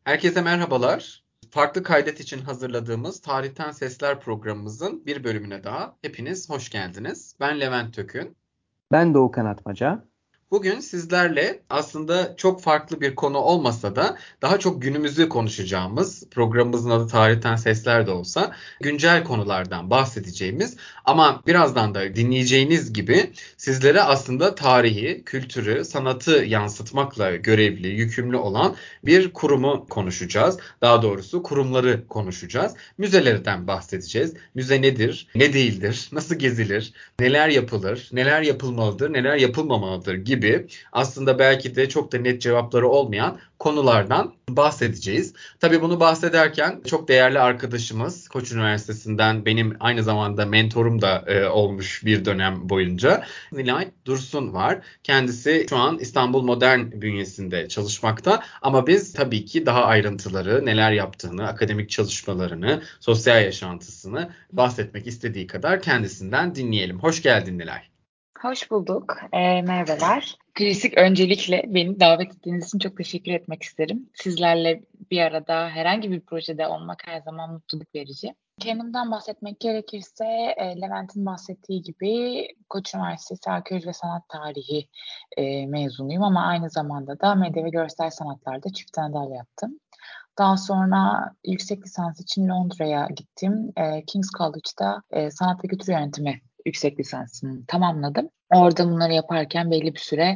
Herkese merhabalar. Farklı kaydet için hazırladığımız Tarihten Sesler programımızın bir bölümüne daha hepiniz hoş geldiniz. Ben Levent Tökün. Ben Doğukan Atmaca. Bugün sizlerle aslında çok farklı bir konu olmasa da daha çok günümüzü konuşacağımız, programımızın adı Tarihten Sesler de olsa, güncel konulardan bahsedeceğimiz ama birazdan da dinleyeceğiniz gibi sizlere aslında tarihi, kültürü, sanatı yansıtmakla görevli, yükümlü olan bir kurumu konuşacağız. Daha doğrusu kurumları konuşacağız. Müzelerden bahsedeceğiz. Müze nedir, ne değildir, nasıl gezilir, neler yapılır, neler yapılmalıdır, neler yapılmamalıdır gibi aslında belki de çok da net cevapları olmayan konulardan bahsedeceğiz. Tabii bunu bahsederken çok değerli arkadaşımız Koç Üniversitesi'nden benim aynı zamanda mentorum da olmuş bir dönem boyunca Nilay Dursun var. Kendisi şu an İstanbul Modern bünyesinde çalışmakta ama biz tabii ki daha ayrıntıları, neler yaptığını, akademik çalışmalarını, sosyal yaşantısını bahsetmek istediği kadar kendisinden dinleyelim. Hoş geldin Nilay. Hoş bulduk. Merhabalar. Klasik öncelikle beni davet ettiğiniz için çok teşekkür etmek isterim. Sizlerle bir arada herhangi bir projede olmak her zaman mutluluk verici. Kendimden bahsetmek gerekirse Levent'in bahsettiği gibi Koç Üniversitesi Arkeoloji ve Sanat Tarihi mezunuyum ama aynı zamanda da medya ve görsel sanatlarda çift anadal yaptım. Daha sonra yüksek lisans için Londra'ya gittim. King's College'da sanat ve kültür yönetimi yüksek lisansımı tamamladım. Orada bunları yaparken belli bir süre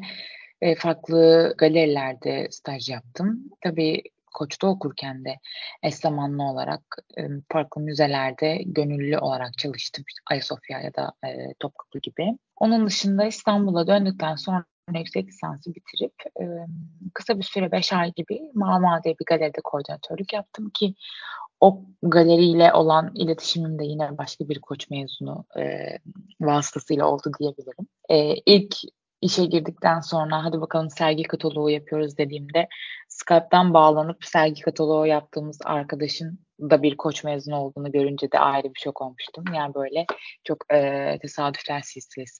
farklı galerilerde staj yaptım. Tabii Koç'ta okurken de eş zamanlı olarak farklı müzelerde gönüllü olarak çalıştım. İşte Ayasofya ya da Topkapı gibi. Onun dışında İstanbul'a döndükten sonra yüksek lisansı bitirip kısa bir süre 5 ay gibi Mama diye bir galeride koordinatörlük yaptım ki o galeriyle olan iletişimim de yine başka bir Koç mezunu vasıtasıyla oldu diyebilirim. İlk işe girdikten sonra hadi bakalım sergi kataloğu yapıyoruz dediğimde Skype'dan bağlanıp sergi kataloğu yaptığımız arkadaşın da bir Koç mezunu olduğunu görünce de ayrı bir şok olmuştum. Yani böyle çok tesadüfler silsilesi.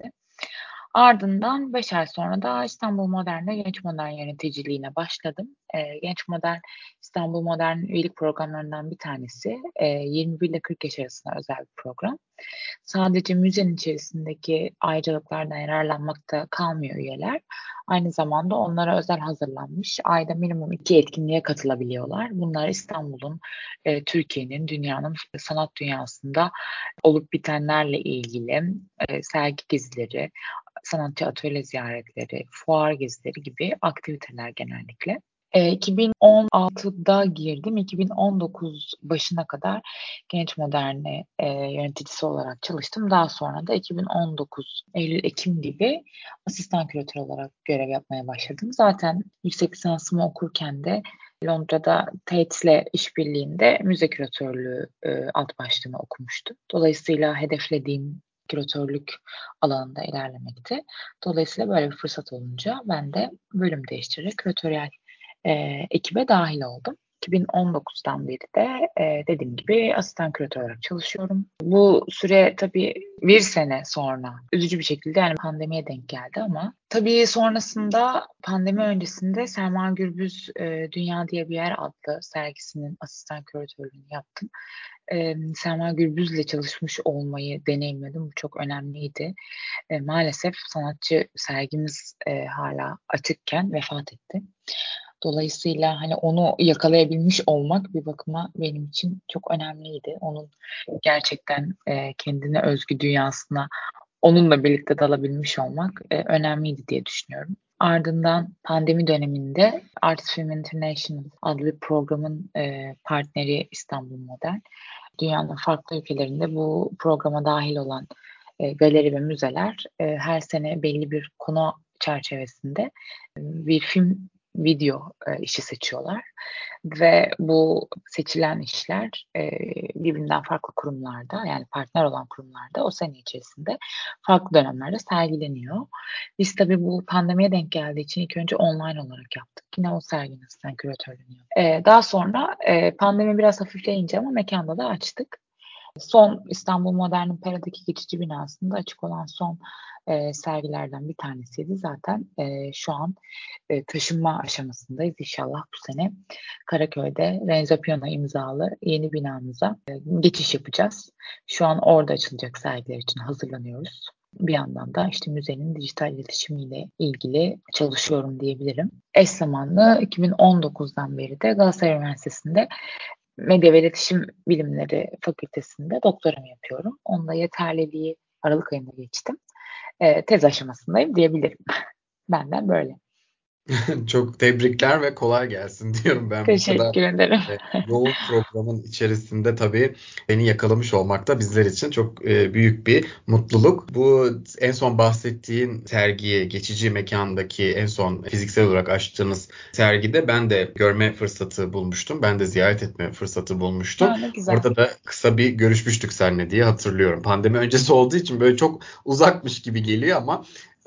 Ardından 5 ay sonra da İstanbul Modern'de Genç Modern yöneticiliğine başladım. Genç Modern İstanbul Modern üyelik programlarından bir tanesi. 21 ile 40 yaş arasında özel bir program. Sadece müzenin içerisindeki ayrıcalıklardan yararlanmakta kalmıyor üyeler. Aynı zamanda onlara özel hazırlanmış ayda minimum 2 etkinliğe katılabiliyorlar. Bunlar İstanbul'un, Türkiye'nin, dünyanın sanat dünyasında olup bitenlerle ilgili sergi gezileri, sanatçı atölye ziyaretleri, fuar gezileri gibi aktiviteler genellikle. 2016'da girdim. 2019 başına kadar Genç Modern'e yöneticisi olarak çalıştım. Daha sonra da 2019 Eylül-Ekim gibi asistan küratör olarak görev yapmaya başladım. Zaten yüksek lisansımı okurken de Londra'da Tate'le işbirliğinde müze küratörlüğü alt başlığını okumuştum. Dolayısıyla hedeflediğim küratörlük alanında ilerlemekte. Dolayısıyla böyle bir fırsat olunca ben de bölüm değiştirerek küratöryel ekibe dahil oldum. 2019'dan beri de dediğim gibi asistan küratör olarak çalışıyorum. Bu süre tabii bir sene sonra üzücü bir şekilde yani pandemiye denk geldi ama tabii sonrasında pandemi öncesinde Selma Gürbüz Dünya diye bir yer adlı sergisinin asistan küratörlüğünü yaptım. Selma Gürbüz'le çalışmış olmayı deneyimledim. Bu çok önemliydi. Maalesef sanatçı sergimiz hala açıkken vefat etti. Dolayısıyla hani onu yakalayabilmiş olmak bir bakıma benim için çok önemliydi. Onun gerçekten kendine özgü dünyasına onunla birlikte dalabilmiş olmak önemliydi diye düşünüyorum. Ardından pandemi döneminde Artist Film International adlı bir programın partneri İstanbul Modern. Dünyanın farklı ülkelerinde bu programa dahil olan galeri ve müzeler her sene belli bir konu çerçevesinde bir film video işi seçiyorlar ve bu seçilen işler birbirinden farklı kurumlarda yani partner olan kurumlarda o sene içerisinde farklı dönemlerde sergileniyor. Biz tabii bu pandemiye denk geldiği için ilk önce online olarak yaptık. Yine o serginin asistan küratörlüğünü yaptık. Daha sonra pandemi biraz hafifleyince ama mekanda da açtık. Son İstanbul Modern Impera'daki geçici binasında açık olan son sergilerden bir tanesiydi. Zaten şu an taşınma aşamasındayız. İnşallah bu sene Karaköy'de Renzo Piano imzalı yeni binamıza geçiş yapacağız. Şu an orada açılacak sergiler için hazırlanıyoruz. Bir yandan da işte müzenin dijital iletişimiyle ilgili çalışıyorum diyebilirim. Eş zamanlı 2019'dan beri de Galatasaray Üniversitesi'nde Medya ve İletişim Bilimleri Fakültesi'nde doktoramı yapıyorum. Onunla yeterliliği Aralık ayında geçtim. Tez aşamasındayım diyebilirim. Benden böyle. Çok tebrikler ve kolay gelsin diyorum ben bu kadar Teşekkür ederim. yoğun programın içerisinde tabii beni yakalamış olmak da bizler için çok büyük bir mutluluk. Bu en son bahsettiğin sergiyi geçici mekandaki en son fiziksel olarak açtığınız sergide ben de görme fırsatı bulmuştum. Ben de ziyaret etme fırsatı bulmuştum. Ne güzel. Orada da kısa bir görüşmüştük seninle diye hatırlıyorum. Pandemi öncesi olduğu için böyle çok uzakmış gibi geliyor ama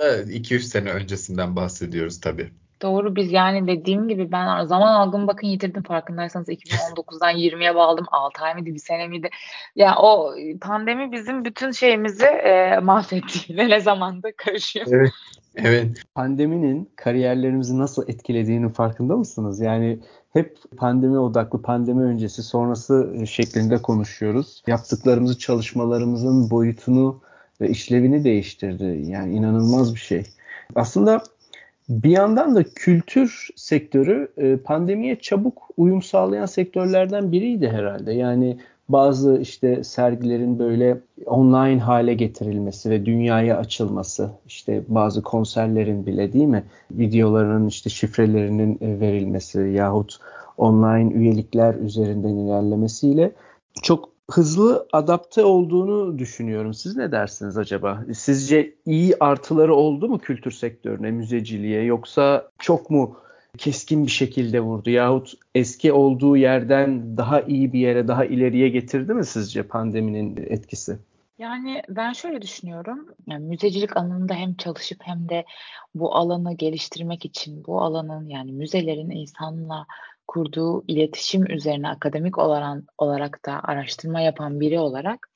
2-3 sene öncesinden bahsediyoruz tabii. Doğru, biz yani dediğim gibi ben zaman algımı bakın yitirdim, farkındaysanız 2019'dan 20'ye bağladım. 6 ay mıydı, bir sene miydi? Ya o pandemi bizim bütün şeyimizi mahvetti. Ne zamanda karışıyor. Evet. Evet. Pandeminin kariyerlerimizi nasıl etkilediğinin farkında mısınız? Yani hep pandemi odaklı, pandemi öncesi, sonrası şeklinde konuşuyoruz. Yaptıklarımızı, çalışmalarımızın boyutunu ve işlevini değiştirdi. Yani inanılmaz bir şey. Aslında bir yandan da kültür sektörü pandemiye çabuk uyum sağlayan sektörlerden biriydi herhalde. Yani bazı işte sergilerin böyle online hale getirilmesi ve dünyaya açılması, işte bazı konserlerin bile değil mi, videolarının işte şifrelerinin verilmesi yahut online üyelikler üzerinden ilerlemesiyle çok hızlı adapte olduğunu düşünüyorum. Siz ne dersiniz acaba? Sizce iyi artıları oldu mu kültür sektörüne, müzeciliğe, yoksa çok mu keskin bir şekilde vurdu? Yahut eski olduğu yerden daha iyi bir yere, daha ileriye getirdi mi sizce pandeminin etkisi? Yani ben şöyle düşünüyorum. Yani müzecilik alanında hem çalışıp hem de bu alanı geliştirmek için bu alanın, yani müzelerin insanla kurduğu iletişim üzerine akademik olarak da araştırma yapan biri olarak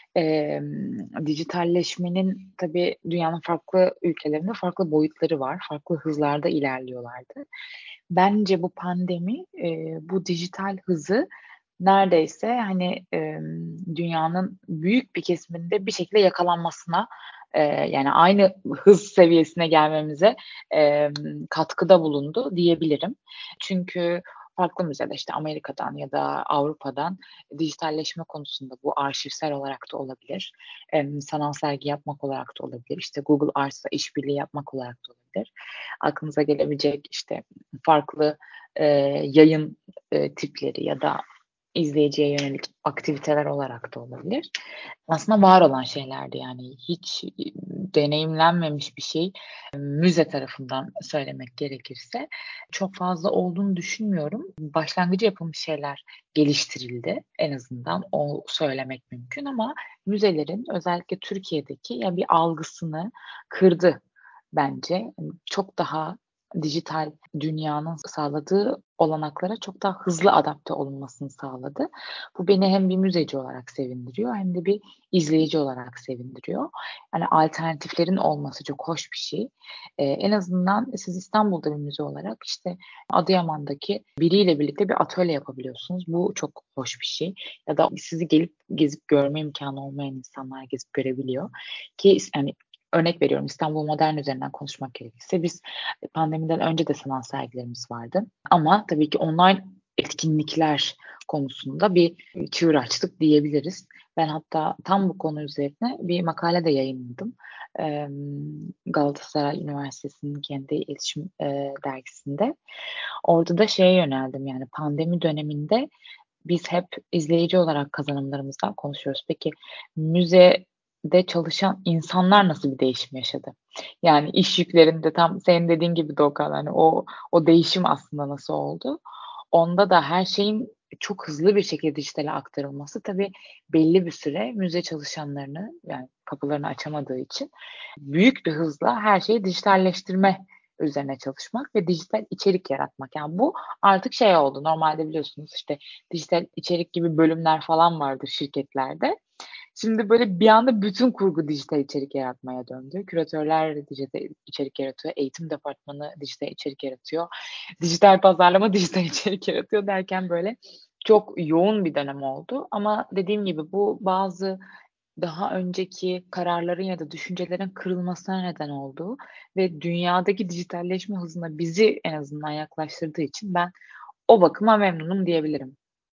e, dijitalleşmenin tabii dünyanın farklı ülkelerinde farklı boyutları var. Farklı hızlarda ilerliyorlardı. Bence bu pandemi bu dijital hızı neredeyse hani dünyanın büyük bir kesiminde bir şekilde yakalanmasına, yani aynı hız seviyesine gelmemize katkıda bulundu diyebilirim. Çünkü farklı müzeler, işte Amerika'dan ya da Avrupa'dan dijitalleşme konusunda, bu arşivsel olarak da olabilir, sanal sergi yapmak olarak da olabilir, işte Google Arts'la işbirliği yapmak olarak da olabilir. Aklınıza gelebilecek işte farklı yayın tipleri ya da izleyiciye yönelik aktiviteler olarak da olabilir. Aslında var olan şeylerdi, yani hiç deneyimlenmemiş bir şey. Müze tarafından söylemek gerekirse çok fazla olduğunu düşünmüyorum. Başlangıcı yapılmış şeyler geliştirildi. En azından o söylemek mümkün ama müzelerin özellikle Türkiye'deki ya bir algısını kırdı bence. Çok daha dijital dünyanın sağladığı olanaklara çok daha hızlı adapte olunmasını sağladı. Bu beni hem bir müzeci olarak sevindiriyor hem de bir izleyici olarak sevindiriyor. Yani alternatiflerin olması çok hoş bir şey. En azından siz İstanbul'da bir müze olarak işte Adıyaman'daki biriyle birlikte bir atölye yapabiliyorsunuz. Bu çok hoş bir şey. Ya da sizi gelip gezip görme imkanı olmayan insanlar gezip görebiliyor. Ki yani örnek veriyorum, İstanbul Modern üzerinden konuşmak gerekirse biz pandemiden önce de sanat sergilerimiz vardı. Ama tabii ki online etkinlikler konusunda bir çığır açtık diyebiliriz. Ben hatta tam bu konu üzerine bir makale de yayınladım. Galatasaray Üniversitesi'nin kendi iletişim dergisinde. Orada da şeye yöneldim, yani pandemi döneminde biz hep izleyici olarak kazanımlarımızdan konuşuyoruz. Peki müzede çalışan insanlar nasıl bir değişim yaşadı? Yani iş yüklerinde tam senin dediğin gibi Doğukan, hani o değişim aslında nasıl oldu? Onda da her şeyin çok hızlı bir şekilde dijitale aktarılması tabii belli bir süre müze çalışanlarını, yani kapılarını açamadığı için büyük bir hızla her şeyi dijitalleştirme üzerine çalışmak ve dijital içerik yaratmak. Yani bu artık şey oldu. Normalde biliyorsunuz işte dijital içerik gibi bölümler falan vardır şirketlerde. Şimdi böyle bir anda bütün kurgu dijital içerik yaratmaya döndü. Küratörler dijital içerik yaratıyor. Eğitim departmanı dijital içerik yaratıyor. Dijital pazarlama dijital içerik yaratıyor derken böyle çok yoğun bir dönem oldu. Ama dediğim gibi bu bazı daha önceki kararların ya da düşüncelerin kırılmasına neden oldu ve dünyadaki dijitalleşme hızına bizi en azından yaklaştırdığı için ben o bakıma memnunum diyebilirim.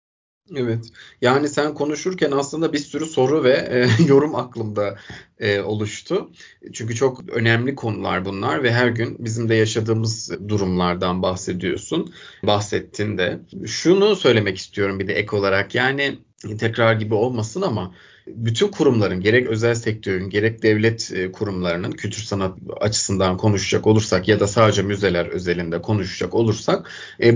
Evet. Yani sen konuşurken aslında bir sürü soru ve yorum aklımda oluştu. Çünkü çok önemli konular bunlar ve her gün bizim de yaşadığımız durumlardan bahsediyorsun. Bahsettin de. Şunu söylemek istiyorum bir de ek olarak. Yani tekrar gibi olmasın ama bütün kurumların gerek özel sektörün gerek devlet kurumlarının kültür sanat açısından konuşacak olursak ya da sadece müzeler özelinde konuşacak olursak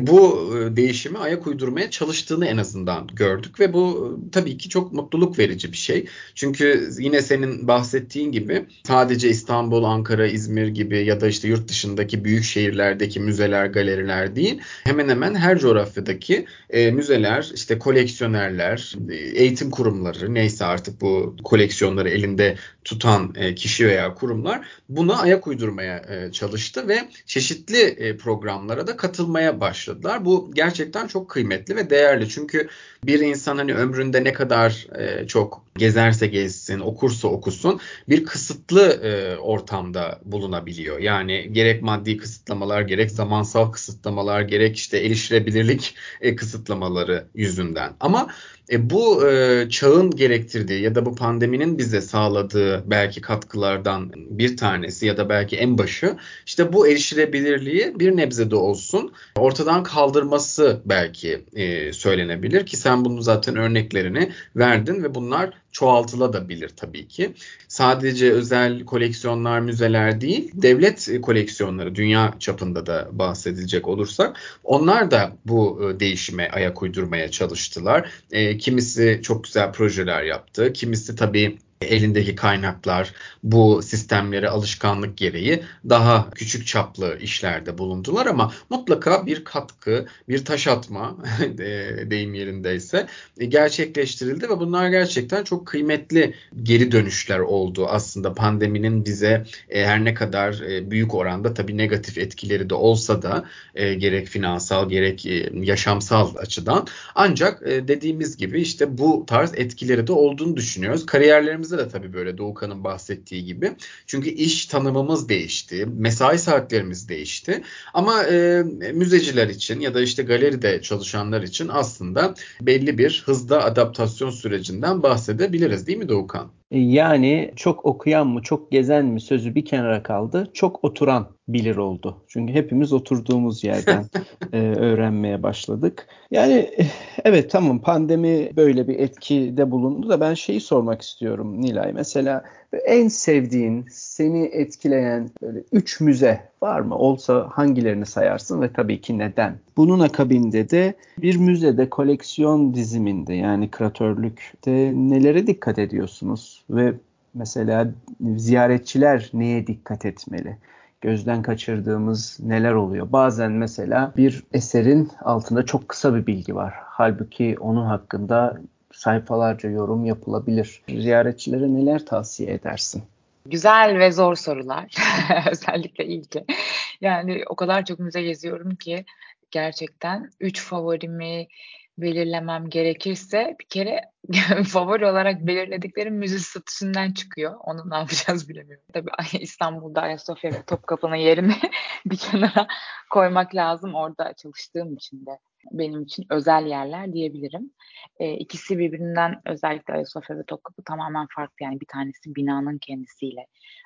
bu değişime ayak uydurmaya çalıştığını en azından gördük ve bu tabii ki çok mutluluk verici bir şey. Çünkü yine senin bahsettiğin gibi sadece İstanbul, Ankara, İzmir gibi ya da işte yurt dışındaki büyük şehirlerdeki müzeler, galeriler değil, hemen hemen her coğrafyadaki müzeler, işte koleksiyonerler, eğitim kurumları neyse artık bu koleksiyonları elinde tutan kişi veya kurumlar buna ayak uydurmaya çalıştı ve çeşitli programlara da katılmaya başladılar. Bu gerçekten çok kıymetli ve değerli. Çünkü bir insan hani ömründe ne kadar çok gezerse gezsin, okursa okusun bir kısıtlı ortamda bulunabiliyor. Yani gerek maddi kısıtlamalar, gerek zamansal kısıtlamalar, gerek işte erişilebilirlik kısıtlamaları yüzünden. Ama bu çağın gerektirdiği ya da bu pandeminin bize sağladığı belki katkılardan bir tanesi ya da belki en başı işte bu erişilebilirliği bir nebze de olsun ortadan kaldırması belki söylenebilir ki sen bunun zaten örneklerini verdin ve bunlar çoğaltılabilir tabii ki. Sadece özel koleksiyonlar, müzeler değil, devlet koleksiyonları dünya çapında da bahsedilecek olursak onlar da bu değişime ayak uydurmaya çalıştılar. Kimisi çok güzel projeler yaptı, kimisi tabii elindeki kaynaklar bu sistemlere alışkanlık gereği daha küçük çaplı işlerde bulundular ama mutlaka bir katkı, bir taş atma deyim yerindeyse gerçekleştirildi ve bunlar gerçekten çok kıymetli geri dönüşler oldu. Aslında pandeminin bize her ne kadar büyük oranda tabii negatif etkileri de olsa da gerek finansal gerek yaşamsal açıdan ancak dediğimiz gibi işte bu tarz etkileri de olduğunu düşünüyoruz. Kariyerlerimizde de tabii böyle Doğukan'ın bahsettiği gibi. Çünkü iş tanımımız değişti, mesai saatlerimiz değişti. Ama müzeciler için ya da işte galeride çalışanlar için aslında belli bir hızda adaptasyon sürecinden bahsedebiliriz değil mi Doğukan? Yani çok okuyan mı, çok gezen mi sözü bir kenara kaldı. Çok oturan bilir oldu. Çünkü hepimiz oturduğumuz yerden öğrenmeye başladık. Yani evet tamam pandemi böyle bir etkide bulundu da ben şeyi sormak istiyorum Nilay. Mesela en sevdiğin, seni etkileyen böyle 3 müze var mı? Olsa hangilerini sayarsın ve tabii ki neden? Bunun akabinde de bir müzede koleksiyon diziminde yani küratörlükte nelere dikkat ediyorsunuz? Ve mesela ziyaretçiler neye dikkat etmeli? Gözden kaçırdığımız neler oluyor? Bazen mesela bir eserin altında çok kısa bir bilgi var. Halbuki onun hakkında sayfalarca yorum yapılabilir. Ziyaretçilere neler tavsiye edersin? Güzel ve zor sorular. Özellikle ilki. Yani o kadar çok müze geziyorum ki gerçekten 3 favorimi belirlemem gerekirse bir kere favori olarak belirlediklerim müze statüsünden çıkıyor. Onu ne yapacağız bilemiyorum. Tabii İstanbul'da Ayasofya ve Topkapı'nın yerini bir kenara koymak lazım. Orada çalıştığım için de benim için özel yerler diyebilirim. İkisi birbirinden özellikle Ayasofya ve Topkapı tamamen farklı. Yani bir tanesi binanın kendisiyle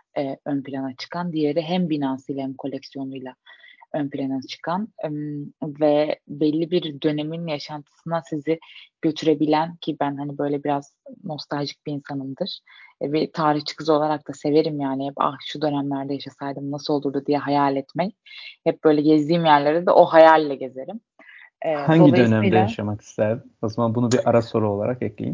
ön plana çıkan, diğeri hem binasıyla hem koleksiyonuyla ön plana çıkan ve belli bir dönemin yaşantısına sizi götürebilen ki ben hani böyle biraz nostaljik bir insanımdır. Ve tarihçi kız olarak da severim yani hep şu dönemlerde yaşasaydım nasıl olurdu diye hayal etmek. Hep böyle gezdiğim yerlere de o hayalle gezerim. Hangi dönemde Dolayısıyla yaşamak isterdin? O zaman bunu bir ara soru olarak ekleyeyim.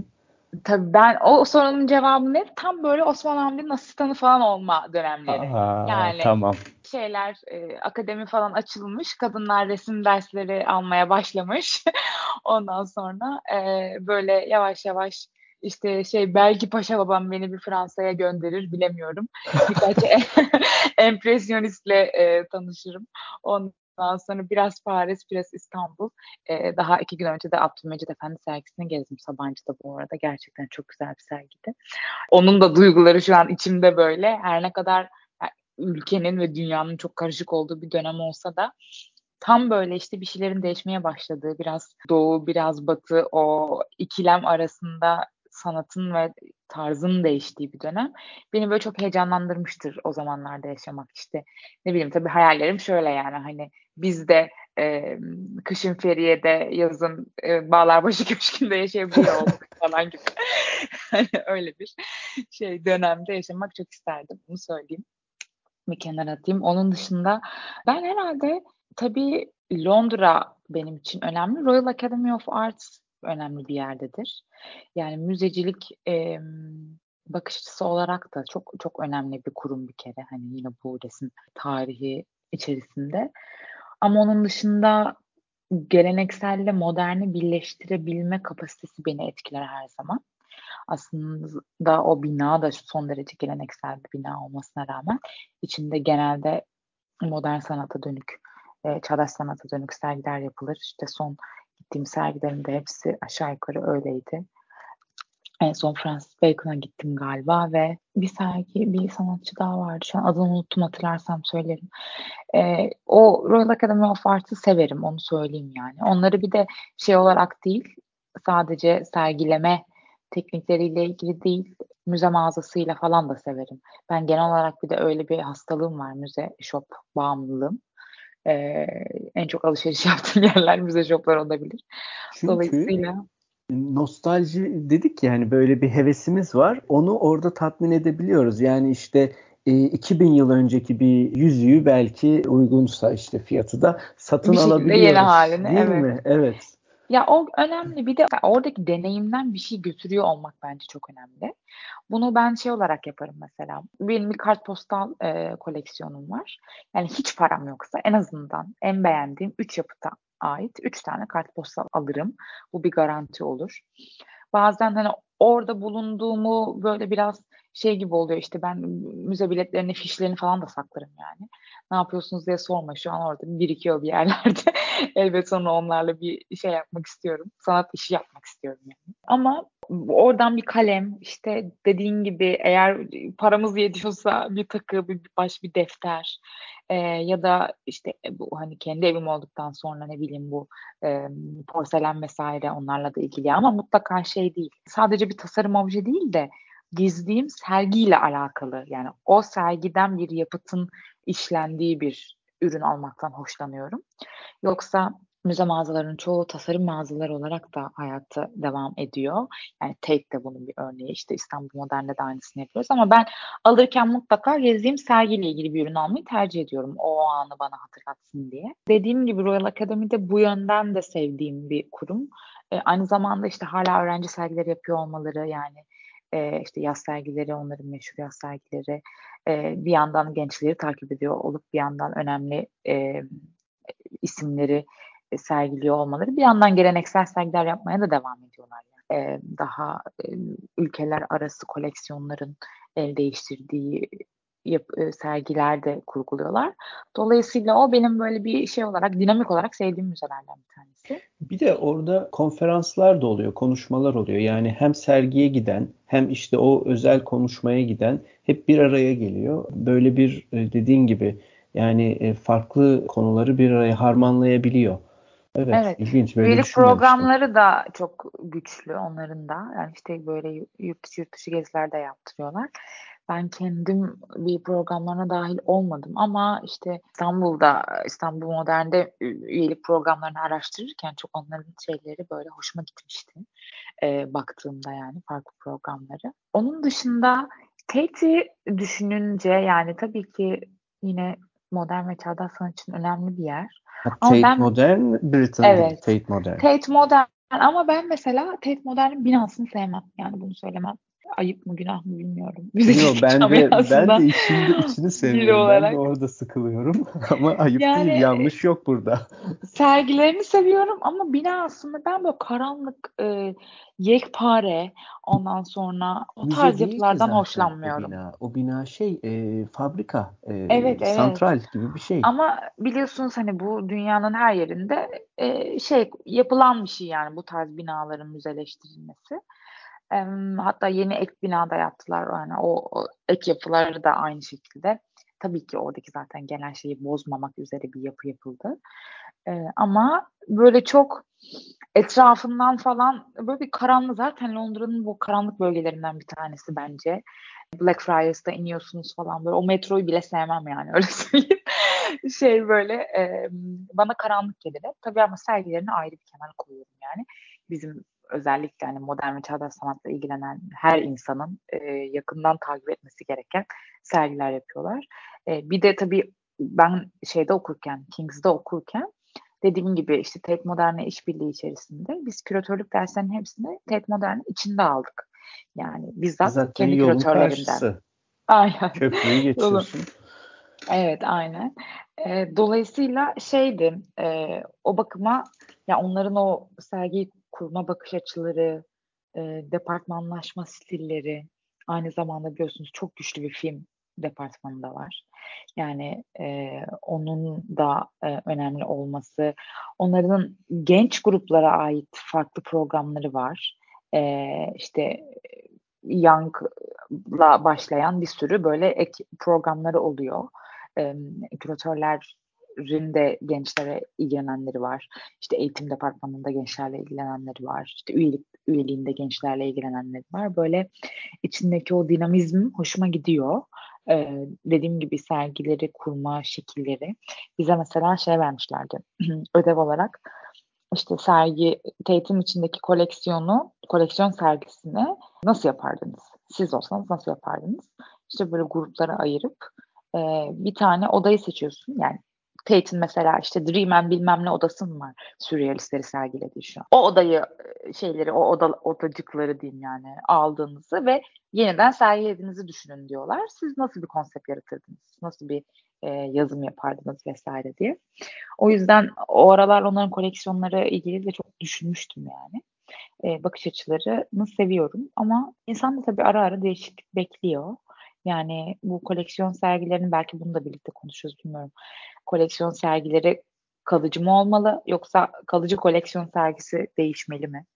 Tabii ben o sorunun cevabını hep tam böyle Osman Hamdi'nin asistanı falan olma dönemleri. Yani Tamam. akademi falan açılmış, kadınlar resim dersleri almaya başlamış. Ondan sonra böyle yavaş yavaş işte belki Paşa Babam beni bir Fransa'ya gönderir, bilemiyorum. Birkaç empresyonistle tanışırım. Ondan sonra biraz Paris, biraz İstanbul. Daha 2 gün önce de Abdülmecit Efendi sergisini gezdim Sabancı'da bu arada. Gerçekten çok güzel bir sergiydi. Onun da duyguları şu an içimde böyle. Her ne kadar ülkenin ve dünyanın çok karışık olduğu bir dönem olsa da tam böyle işte bir şeylerin değişmeye başladığı, biraz doğu, biraz batı, o ikilem arasında sanatın ve tarzın değiştiği bir dönem. Beni böyle çok heyecanlandırmıştır o zamanlarda yaşamak işte. Ne bileyim, tabii hayallerim şöyle, yani hani biz de kışın Feriye'de, yazın Bağlarbaşı Köşkü'nde yaşayabiliyor olduk falan gibi. Hani öyle bir dönemde yaşamak çok isterdim. Bunu söyleyeyim. Bir kenara atayım. Onun dışında ben herhalde tabii Londra benim için önemli. Royal Academy of Arts önemli bir yerdedir. Yani müzecilik bakış açısı olarak da çok çok önemli bir kurum bir kere. Hani yine bu resim tarihi içerisinde. Ama onun dışında gelenekselle moderni birleştirebilme kapasitesi beni etkiler her zaman. Aslında o bina da son derece geleneksel bir bina olmasına rağmen içinde genelde modern sanata dönük, çağdaş sanata dönük sergiler yapılır. İşte son gittiğim sergilerin de hepsi aşağı yukarı öyleydi. En son Francis Bacon'a gittim galiba ve bir sanatçı daha vardı. Şu an adını unuttum, hatırlarsam söylerim. O Royal Academy of Arts'ı severim, onu söyleyeyim yani. Onları bir de olarak değil, sadece sergileme teknikleriyle ilgili değil, müze mağazasıyla falan da severim. Ben genel olarak bir de öyle bir hastalığım var, müze shop bağımlılığım. En çok alışveriş yaptığım yerler müze shoplar olabilir. Çünkü Dolayısıyla nostalji dedik ya, hani böyle bir hevesimiz var. Onu orada tatmin edebiliyoruz. Yani işte 2000 yıl önceki bir yüzüğü belki uygunsa işte fiyatı da satın bir şekilde yeni alabiliyoruz. halini, Değil evet. mi? Evet. Ya o önemli. Bir de oradaki deneyimden bir şey götürüyor olmak bence çok önemli. Bunu ben olarak yaparım mesela. Benim bir kartpostal koleksiyonum var. Yani hiç param yoksa en azından en beğendiğim 3 yapıta ait 3 tane kartpostal alırım. Bu bir garanti olur. Bazen hani orada bulunduğumu böyle biraz gibi oluyor, işte ben müze biletlerini, fişlerini falan da saklarım yani. Ne yapıyorsunuz diye sorma, şu an orada birikiyor bir yerlerde. Elbet sonra onlarla bir yapmak istiyorum. Sanat işi yapmak istiyorum yani. Ama oradan bir kalem, işte dediğin gibi eğer paramız yetiyorsa bir takı, bir defter, ya da işte bu hani kendi evim olduktan sonra ne bileyim bu porselen vesaire, onlarla da ilgili, ama mutlaka değil. Sadece bir tasarım obje değil de gezdiğim sergiyle alakalı, yani o sergiden bir yapıtın işlendiği bir ürün almaktan hoşlanıyorum. Yoksa müze mağazalarının çoğu tasarım mağazaları olarak da hayata devam ediyor. Yani Tate de bunun bir örneği. İşte İstanbul Modern'de de aynısını yapıyoruz. Ama ben alırken mutlaka gezdiğim sergiyle ilgili bir ürün almayı tercih ediyorum. O anı bana hatırlatsın diye. Dediğim gibi Royal Academy'de bu yönden de sevdiğim bir kurum. Aynı zamanda işte hala öğrenci sergileri yapıyor olmaları, yani işte yaz sergileri, onların meşhur yaz sergileri, bir yandan gençleri takip ediyor olup bir yandan önemli isimleri sergiliyor olmaları, bir yandan geleneksel sergiler yapmaya da devam ediyorlar. Yani. Daha ülkeler arası koleksiyonların el değiştirdiği sergiler de kurguluyorlar. Dolayısıyla o benim böyle bir olarak, dinamik olarak sevdiğim müzelerden bir tanesi. Bir de orada konferanslar da oluyor, konuşmalar oluyor. Yani hem sergiye giden hem işte o özel konuşmaya giden hep bir araya geliyor. Böyle bir dediğin gibi yani farklı konuları bir araya harmanlayabiliyor. Evet, Evet. ilginç, böyle Üyelik düşünmemiştim. programları da çok güçlü onların da. Yani işte böyle yurt dışı geziler de yaptırıyorlar. Ben kendim bir programlarına dahil olmadım ama işte İstanbul Modern'de üyelik programlarını araştırırken çok onların böyle hoşuma gitmişti. Baktığımda yani farklı programları. Onun dışında Tate'i düşününce, yani tabii ki yine modern ve çağdaş sanat için önemli bir yer. Ama Tate ben Modern, Britain değil, evet, Tate Modern. Tate Modern Ama ben mesela Tate Modern'in binasını sevmem. Yani bunu söylemem. Ayıp mı günah mı bilmiyorum. Yo, Müzecilik ben de camiasında içini biri sevmiyorum. Ben de olarak. orada sıkılıyorum. Ama ayıp değil, Yani yanlış yok burada. sergilerini seviyorum ama bina aslında ben böyle karanlık, yekpare, ondan sonra o Müze tarz değil ki yapılardan zaten o hoşlanmıyorum. bina. O bina fabrika, Evet, evet. santral gibi bir şey. Ama biliyorsunuz hani bu dünyanın her yerinde yapılan bir şey yani bu tarz binaların müzeleştirilmesi. Hatta yeni ek binada yaptılar yani o ek yapıları da aynı şekilde. Tabii ki oradaki zaten genel şeyi bozmamak üzere bir yapı yapıldı. Ama böyle çok etrafından falan böyle bir karanlık, zaten Londra'nın bu karanlık bölgelerinden bir tanesi bence. Blackfriars'ta iniyorsunuz falan böyle. O metroyu bile sevmem yani öyle söyleyeyim. Böyle bana karanlık gelir hep. Tabii ama sergilerini ayrı bir kenara koyuyorum yani. Bizim özellikle hani modern ve çağdaş sanatla ilgilenen her insanın yakından takip etmesi gereken sergiler yapıyorlar. Bir de tabii ben Kings'de okurken dediğim gibi işte Tate Modern'le işbirliği içerisinde biz küratörlük derslerinin hepsini Tate Modern'in içinde aldık. Yani bizzat Zaten kendi yolun küratörlerimden. karşısı. Aynen. Köprüyü Yolun. geçiyorsun. Evet, aynen. Dolayısıyla o bakıma ya onların o sergi kurma bakış açıları, departmanlaşma stilleri, aynı zamanda biliyorsunuz çok güçlü bir film departmanı da var. Yani onun da önemli olması. Onların genç gruplara ait farklı programları var. İşte Young'la başlayan bir sürü böyle ek programları oluyor. Küratörlerin de gençlere ilgilenenleri var. İşte eğitim departmanında gençlerle ilgilenenleri var. İşte üyeliğinde gençlerle ilgilenenleri var. Böyle içindeki o dinamizm hoşuma gidiyor. Dediğim gibi sergileri kurma şekilleri. Bize mesela vermişlerdi ödev olarak. İşte Tate'in içindeki koleksiyon sergisini nasıl yapardınız? Siz olsanız nasıl yapardınız? İşte böyle gruplara ayırıp bir tane odayı seçiyorsun. Yani Tate'in mesela işte Dream bilmem ne odası mı var? Sürrealistleri sergilediği şu an. O odayı odacıkları diyeyim yani aldığınızı ve yeniden sergilediğinizi düşünün diyorlar. Siz nasıl bir konsept yaratırdınız? Nasıl bir yazım yapardınız vesaire diye. O yüzden o aralar onların koleksiyonları ilgili de çok düşünmüştüm yani. Bakış açılarını seviyorum ama insan da tabii ara ara değişiklik bekliyor. Yani bu koleksiyon sergilerini belki bunu da birlikte konuşuruz bilmiyorum. Koleksiyon sergileri kalıcı mı olmalı yoksa kalıcı koleksiyon sergisi değişmeli mi?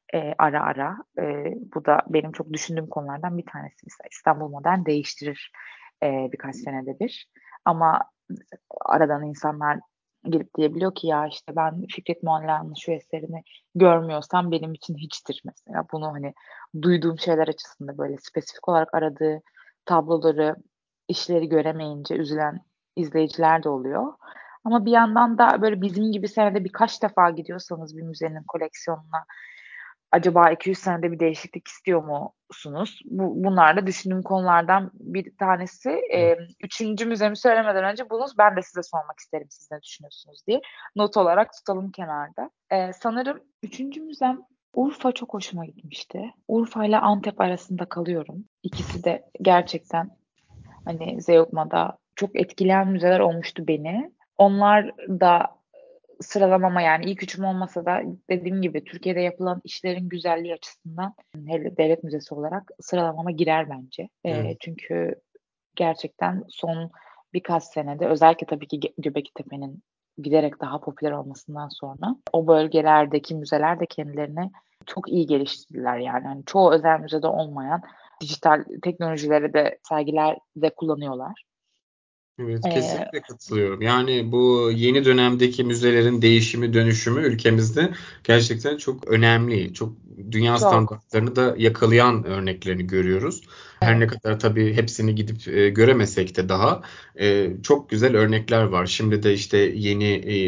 Ara ara. Bu da benim çok düşündüğüm konulardan bir tanesi. Mesela İstanbul Modern değiştirir birkaç senede bir. Ama aradan insanlar gelip diyebiliyor ki ya işte ben Fikret Mualla'nın şu eserini görmüyorsam benim için hiçtir mesela. Bunu hani duyduğum şeyler açısından böyle spesifik olarak aradığı tabloları, işleri göremeyince üzülen izleyiciler de oluyor. Ama bir yandan da böyle bizim gibi senede birkaç defa gidiyorsanız bir müzenin koleksiyonuna acaba 200 senede bir değişiklik istiyor musunuz? Bunlar da düşündüğüm konulardan bir tanesi. Üçüncü müzemi söylemeden önce bunu ben de size sormak isterim, siz ne düşünüyorsunuz diye. Not olarak tutalım kenarda. Sanırım üçüncü müzem Urfa çok hoşuma gitmişti. Urfa ile Antep arasında kalıyorum. İkisi de gerçekten hani Zeugma'da çok etkileyen müzeler olmuştu beni. Onlar da sıralamama yani ilk üçüm olmasa da dediğim gibi Türkiye'de yapılan işlerin güzelliği açısından hele devlet müzesi olarak sıralamama girer bence. Evet. Çünkü gerçekten son birkaç senede özellikle tabii ki Göbekli Tepe'nin giderek daha popüler olmasından sonra o bölgelerdeki müzeler de kendilerini çok iyi geliştirdiler yani. Hani çoğu özel müzede olmayan dijital teknolojileri de sergilerde kullanıyorlar. Evet, Ee, kesinlikle katılıyorum. Yani bu yeni dönemdeki müzelerin değişimi, dönüşümü ülkemizde gerçekten çok önemli. Çok dünya çok. standartlarını da yakalayan örneklerini görüyoruz. Her ne kadar tabii hepsini gidip göremesek de daha çok güzel örnekler var. Şimdi de işte yeni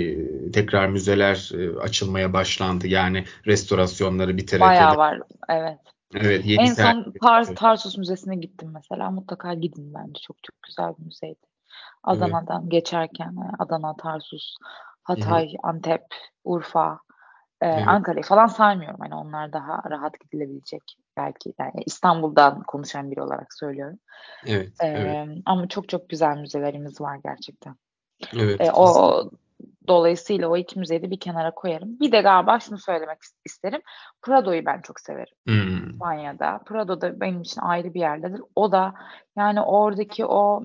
tekrar müzeler açılmaya başlandı. Yani restorasyonları biterek ya da Bayağı var. Evet. evet yeni En son sergiler. Tarsus Müzesi'ne gittim mesela. Mutlaka gidin bence. Çok çok güzel bir müzeydi. Evet. Adana'dan geçerken Adana, Tarsus, Hı hı. Hatay, Antep, Urfa. Evet. Ankara'yı falan saymıyorum. Hani onlar daha rahat gidilebilecek belki. Yani İstanbul'dan konuşan biri olarak söylüyorum. Evet. Evet. Ama çok çok güzel müzelerimiz var gerçekten. Evet. O dolayısıyla o iki müzeyi de bir kenara koyarım. Bir de galiba şunu söylemek isterim. Prado'yu ben çok severim. İspanya'da. Prado da benim için ayrı bir yerdedir. O da yani oradaki o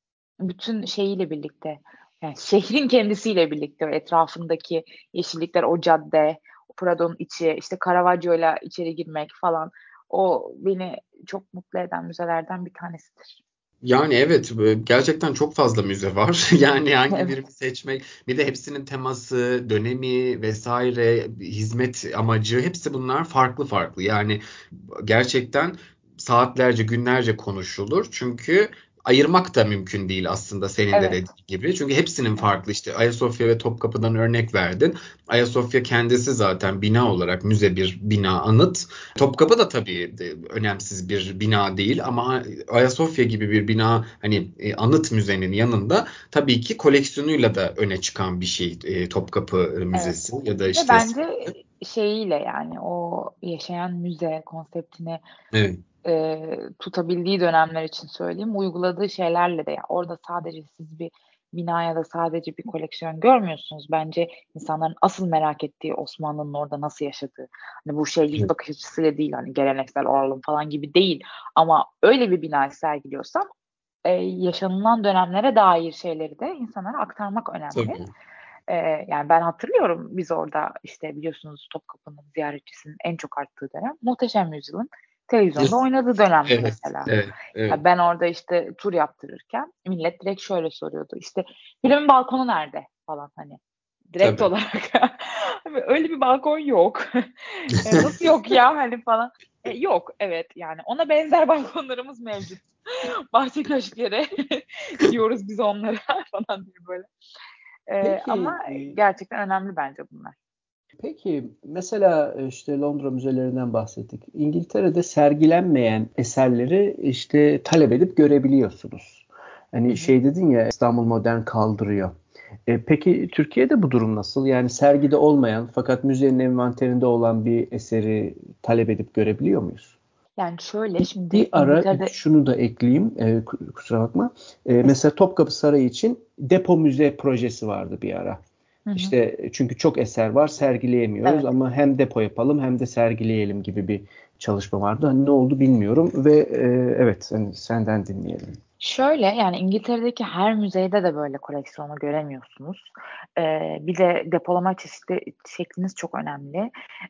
bütün şeyiyle birlikte, yani şehrin kendisiyle birlikte, o etrafındaki yeşillikler, o cadde, o Prado'nun içi, işte Caravaggio'yla içeri girmek falan, o beni çok mutlu eden müzelerden bir tanesidir. Yani evet, gerçekten çok fazla müze var. Yani hangi Evet. birini seçmek, bir de hepsinin teması, dönemi vesaire, hizmet amacı, hepsi bunlar farklı farklı. Yani gerçekten saatlerce, günlerce konuşulur. Çünkü ayırmak da mümkün değil aslında, senin de Evet. dediğin gibi. Çünkü hepsinin Evet. farklı, işte Ayasofya ve Topkapı'dan örnek verdin. Ayasofya kendisi zaten bina olarak müze, bir bina, anıt. Topkapı da tabii önemsiz bir bina değil ama Ayasofya gibi bir bina, hani anıt müzenin yanında tabii ki koleksiyonuyla da öne çıkan bir şey, Topkapı Evet. Müzesi ya da Ve işte. bence şeyiyle, yani o yaşayan müze konseptini Evet. tutabildiği dönemler için söyleyeyim, uyguladığı şeylerle de, yani orada sadece siz bir bina ya da sadece bir koleksiyon görmüyorsunuz. Bence insanların asıl merak ettiği Osmanlı'nın orada nasıl yaşadığı. Hani bu şeyci bakış açısıyla değil, hani geleneksel oralım falan gibi değil. Ama öyle bir binayı sergiliyorsam yaşanılan dönemlere dair şeyleri de insanlara aktarmak önemli. Tabii. Yani ben hatırlıyorum, biz orada işte biliyorsunuz Topkapı'nın ziyaretçisinin en çok arttığı dönem Muhteşem Yüzyıl'ın televizyonda oynadığı dönemdi Evet, mesela. evet, evet. Ya ben orada işte tur yaptırırken millet direkt şöyle soruyordu, işte filmin balkonu nerede falan, hani direkt Tabii. olarak öyle bir balkon yok. Nasıl yok ya hani falan. Yok, evet, yani ona benzer balkonlarımız mevcut. Bahçe köşkleri diyoruz biz onlara falan diye böyle. Ama Peki gerçekten önemli bence bunlar. Peki mesela işte Londra müzelerinden bahsettik. İngiltere'de sergilenmeyen eserleri işte talep edip görebiliyorsunuz. Hı Hani hı. şey dedin ya, İstanbul Modern kaldırıyor. Peki Türkiye'de bu durum nasıl? Yani sergide olmayan fakat müzenin envanterinde olan bir eseri talep edip görebiliyor muyuz? Yani şöyle, Bir şimdi ara İngiltere'de şunu da ekleyeyim, kusura bakma. Mesela Topkapı Sarayı için depo müze projesi vardı bir ara. hı hı. İşte çünkü çok eser var, sergileyemiyoruz Evet. ama hem depo yapalım hem de sergileyelim gibi bir çalışma vardı. Hani ne oldu bilmiyorum ve evet, hani senden dinleyelim. Şöyle, yani İngiltere'deki her müzeyde de böyle koleksiyonu göremiyorsunuz. Bir de depolama çeşitli şekliniz çok önemli.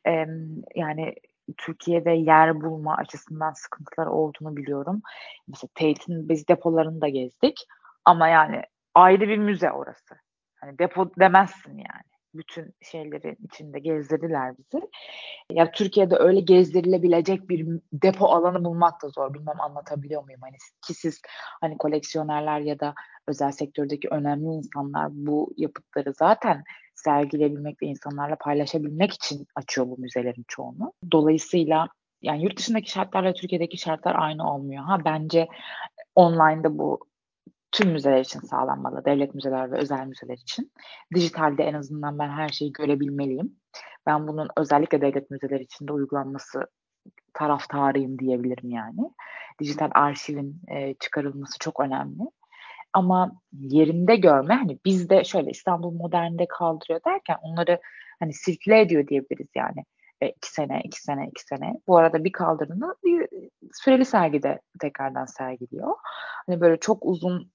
Yani Türkiye'de yer bulma açısından sıkıntılar olduğunu biliyorum. Mesela Tate'in biz depolarını da gezdik ama yani ayrı bir müze orası. Hani depo demezsin yani. Bütün şeylerin içinde gezdirdiler bizi. Ya Türkiye'de öyle gezdirilebilecek bir depo alanı bulmak da zor. Bilmem anlatabiliyor muyum? Hani ki siz, hani koleksiyonerler ya da özel sektördeki önemli insanlar bu yapıtları zaten sergileyebilmek ve insanlarla paylaşabilmek için açıyor bu müzelerin çoğunu. Dolayısıyla yani yurt dışındaki şartlarla Türkiye'deki şartlar aynı olmuyor. Bence online'da bu tüm müzeler için sağlanmalı. Devlet müzeler ve özel müzeler için. Dijitalde en azından ben her şeyi görebilmeliyim. Ben bunun özellikle devlet müzeleri için de uygulanması taraftarıyım diyebilirim yani. Dijital arşivin çıkarılması çok önemli. Ama yerinde görme, hani bizde şöyle İstanbul Modern'de kaldırıyor derken onları hani sirküle ediyor diyebiliriz yani. 2 sene, 2 sene, 2 sene. Bu arada bir kaldırdığında bir süreli sergide tekrardan sergiliyor. Hani böyle çok uzun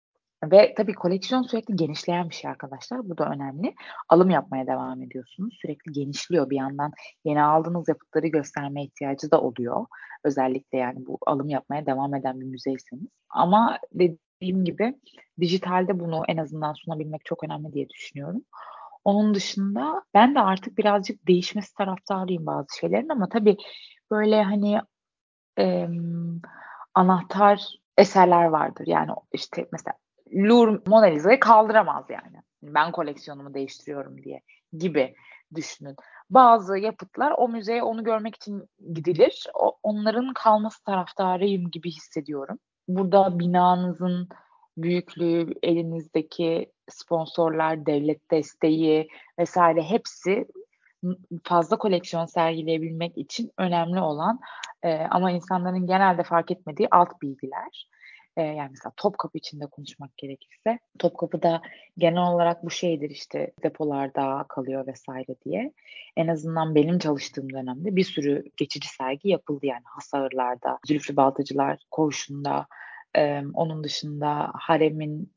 ve tabii koleksiyon sürekli genişleyen bir şey arkadaşlar. Bu da önemli. Alım yapmaya devam ediyorsunuz. Sürekli genişliyor bir yandan. Yeni aldığınız yapıtları gösterme ihtiyacı da oluyor. Özellikle yani bu alım yapmaya devam eden bir müzeyseniz. Ama dediğim gibi dijitalde bunu en azından sunabilmek çok önemli diye düşünüyorum. Onun dışında ben de artık birazcık değişmesi taraftarıyım bazı şeylerin, ama tabii böyle hani emm, anahtar eserler vardır. Yani işte mesela Louvre Mona Lisa'yı kaldıramaz yani. Ben koleksiyonumu değiştiriyorum diye gibi düşünün. Bazı yapıtlar o müzeye onu görmek için gidilir. Onların kalması taraftarıyım gibi hissediyorum. Burada binanızın büyüklüğü, elinizdeki sponsorlar, devlet desteği vesaire hepsi fazla koleksiyon sergileyebilmek için önemli olan ama insanların genelde fark etmediği alt bilgiler. Yani mesela Topkapı içinde konuşmak gerekirse, Topkapı'da genel olarak bu şeydir işte depolarda kalıyor vesaire diye. En azından benim çalıştığım dönemde bir sürü geçici sergi yapıldı yani Hasağırlar'da, Zülfü Baltacılar Koğuşu'nda, onun dışında Harem'in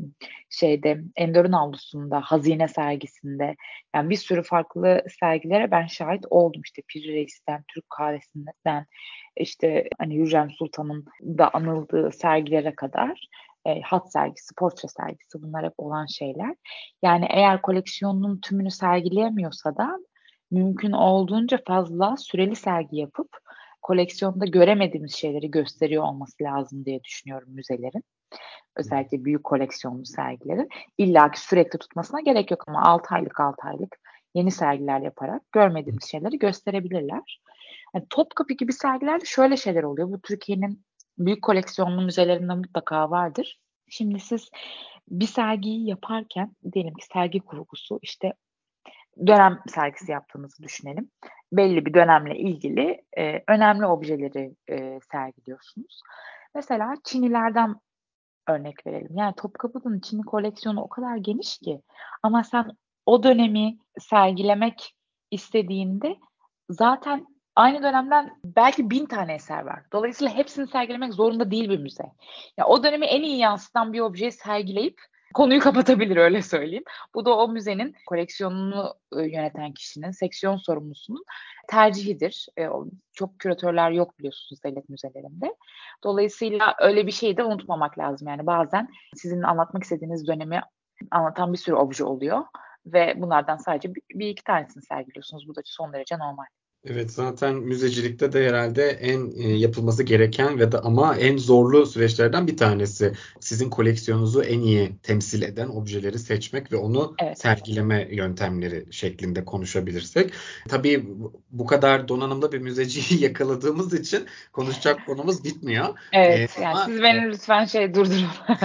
Endor'un avlusunda, Hazine sergisinde yani bir sürü farklı sergilere ben şahit oldum. İşte Piri Reis'ten, Türk kahvesinden, işte hani Hürrem Sultan'ın da anıldığı sergilere kadar hat sergisi, portre sergisi bunlar hep olan şeyler. Yani eğer koleksiyonunun tümünü sergileyemiyorsa da mümkün olduğunca fazla süreli sergi yapıp koleksiyonda göremediğimiz şeyleri gösteriyor olması lazım diye düşünüyorum müzelerin. Özellikle büyük koleksiyonlu sergilerin. İlla ki sürekli tutmasına gerek yok ama 6 aylık yeni sergiler yaparak görmediğimiz şeyleri gösterebilirler. Yani Topkapı gibi sergilerde şöyle şeyler oluyor. Bu Türkiye'nin büyük koleksiyonlu müzelerinde mutlaka vardır. Şimdi siz bir sergiyi yaparken diyelim ki sergi kurgusu işte dönem sergisi yaptığınızı düşünelim. Belli bir dönemle ilgili önemli objeleri sergiliyorsunuz. Mesela Çinilerden örnek verelim. Yani Topkapı'nın Çini koleksiyonu o kadar geniş ki ama sen o dönemi sergilemek istediğinde zaten aynı dönemden belki 1000 tane eser var. Dolayısıyla hepsini sergilemek zorunda değil bir müze. Ya o dönemi en iyi yansıtan bir objeyi sergileyip konuyu kapatabilir öyle söyleyeyim. Bu da o müzenin koleksiyonunu yöneten kişinin, seksiyon sorumlusunun tercihidir. Çok küratörler yok biliyorsunuz devlet müzelerinde. Dolayısıyla öyle bir şeyi de unutmamak lazım. Yani bazen sizin anlatmak istediğiniz dönemi anlatan bir sürü obje oluyor ve bunlardan sadece bir iki tanesini sergiliyorsunuz. Bu da son derece normal. Evet, zaten müzecilikte de herhalde en yapılması gereken ve de ama en zorlu süreçlerden bir tanesi. Sizin koleksiyonunuzu en iyi temsil eden objeleri seçmek ve onu Evet. sergileme yöntemleri şeklinde konuşabilirsek. Tabii bu kadar donanımlı bir müzeciyi yakaladığımız için konuşacak konumuz bitmiyor. Evet, yani Ama siz beni lütfen durdurun.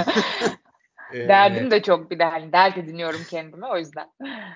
e, Derdim de çok bir de hani dert ediniyorum kendime o yüzden.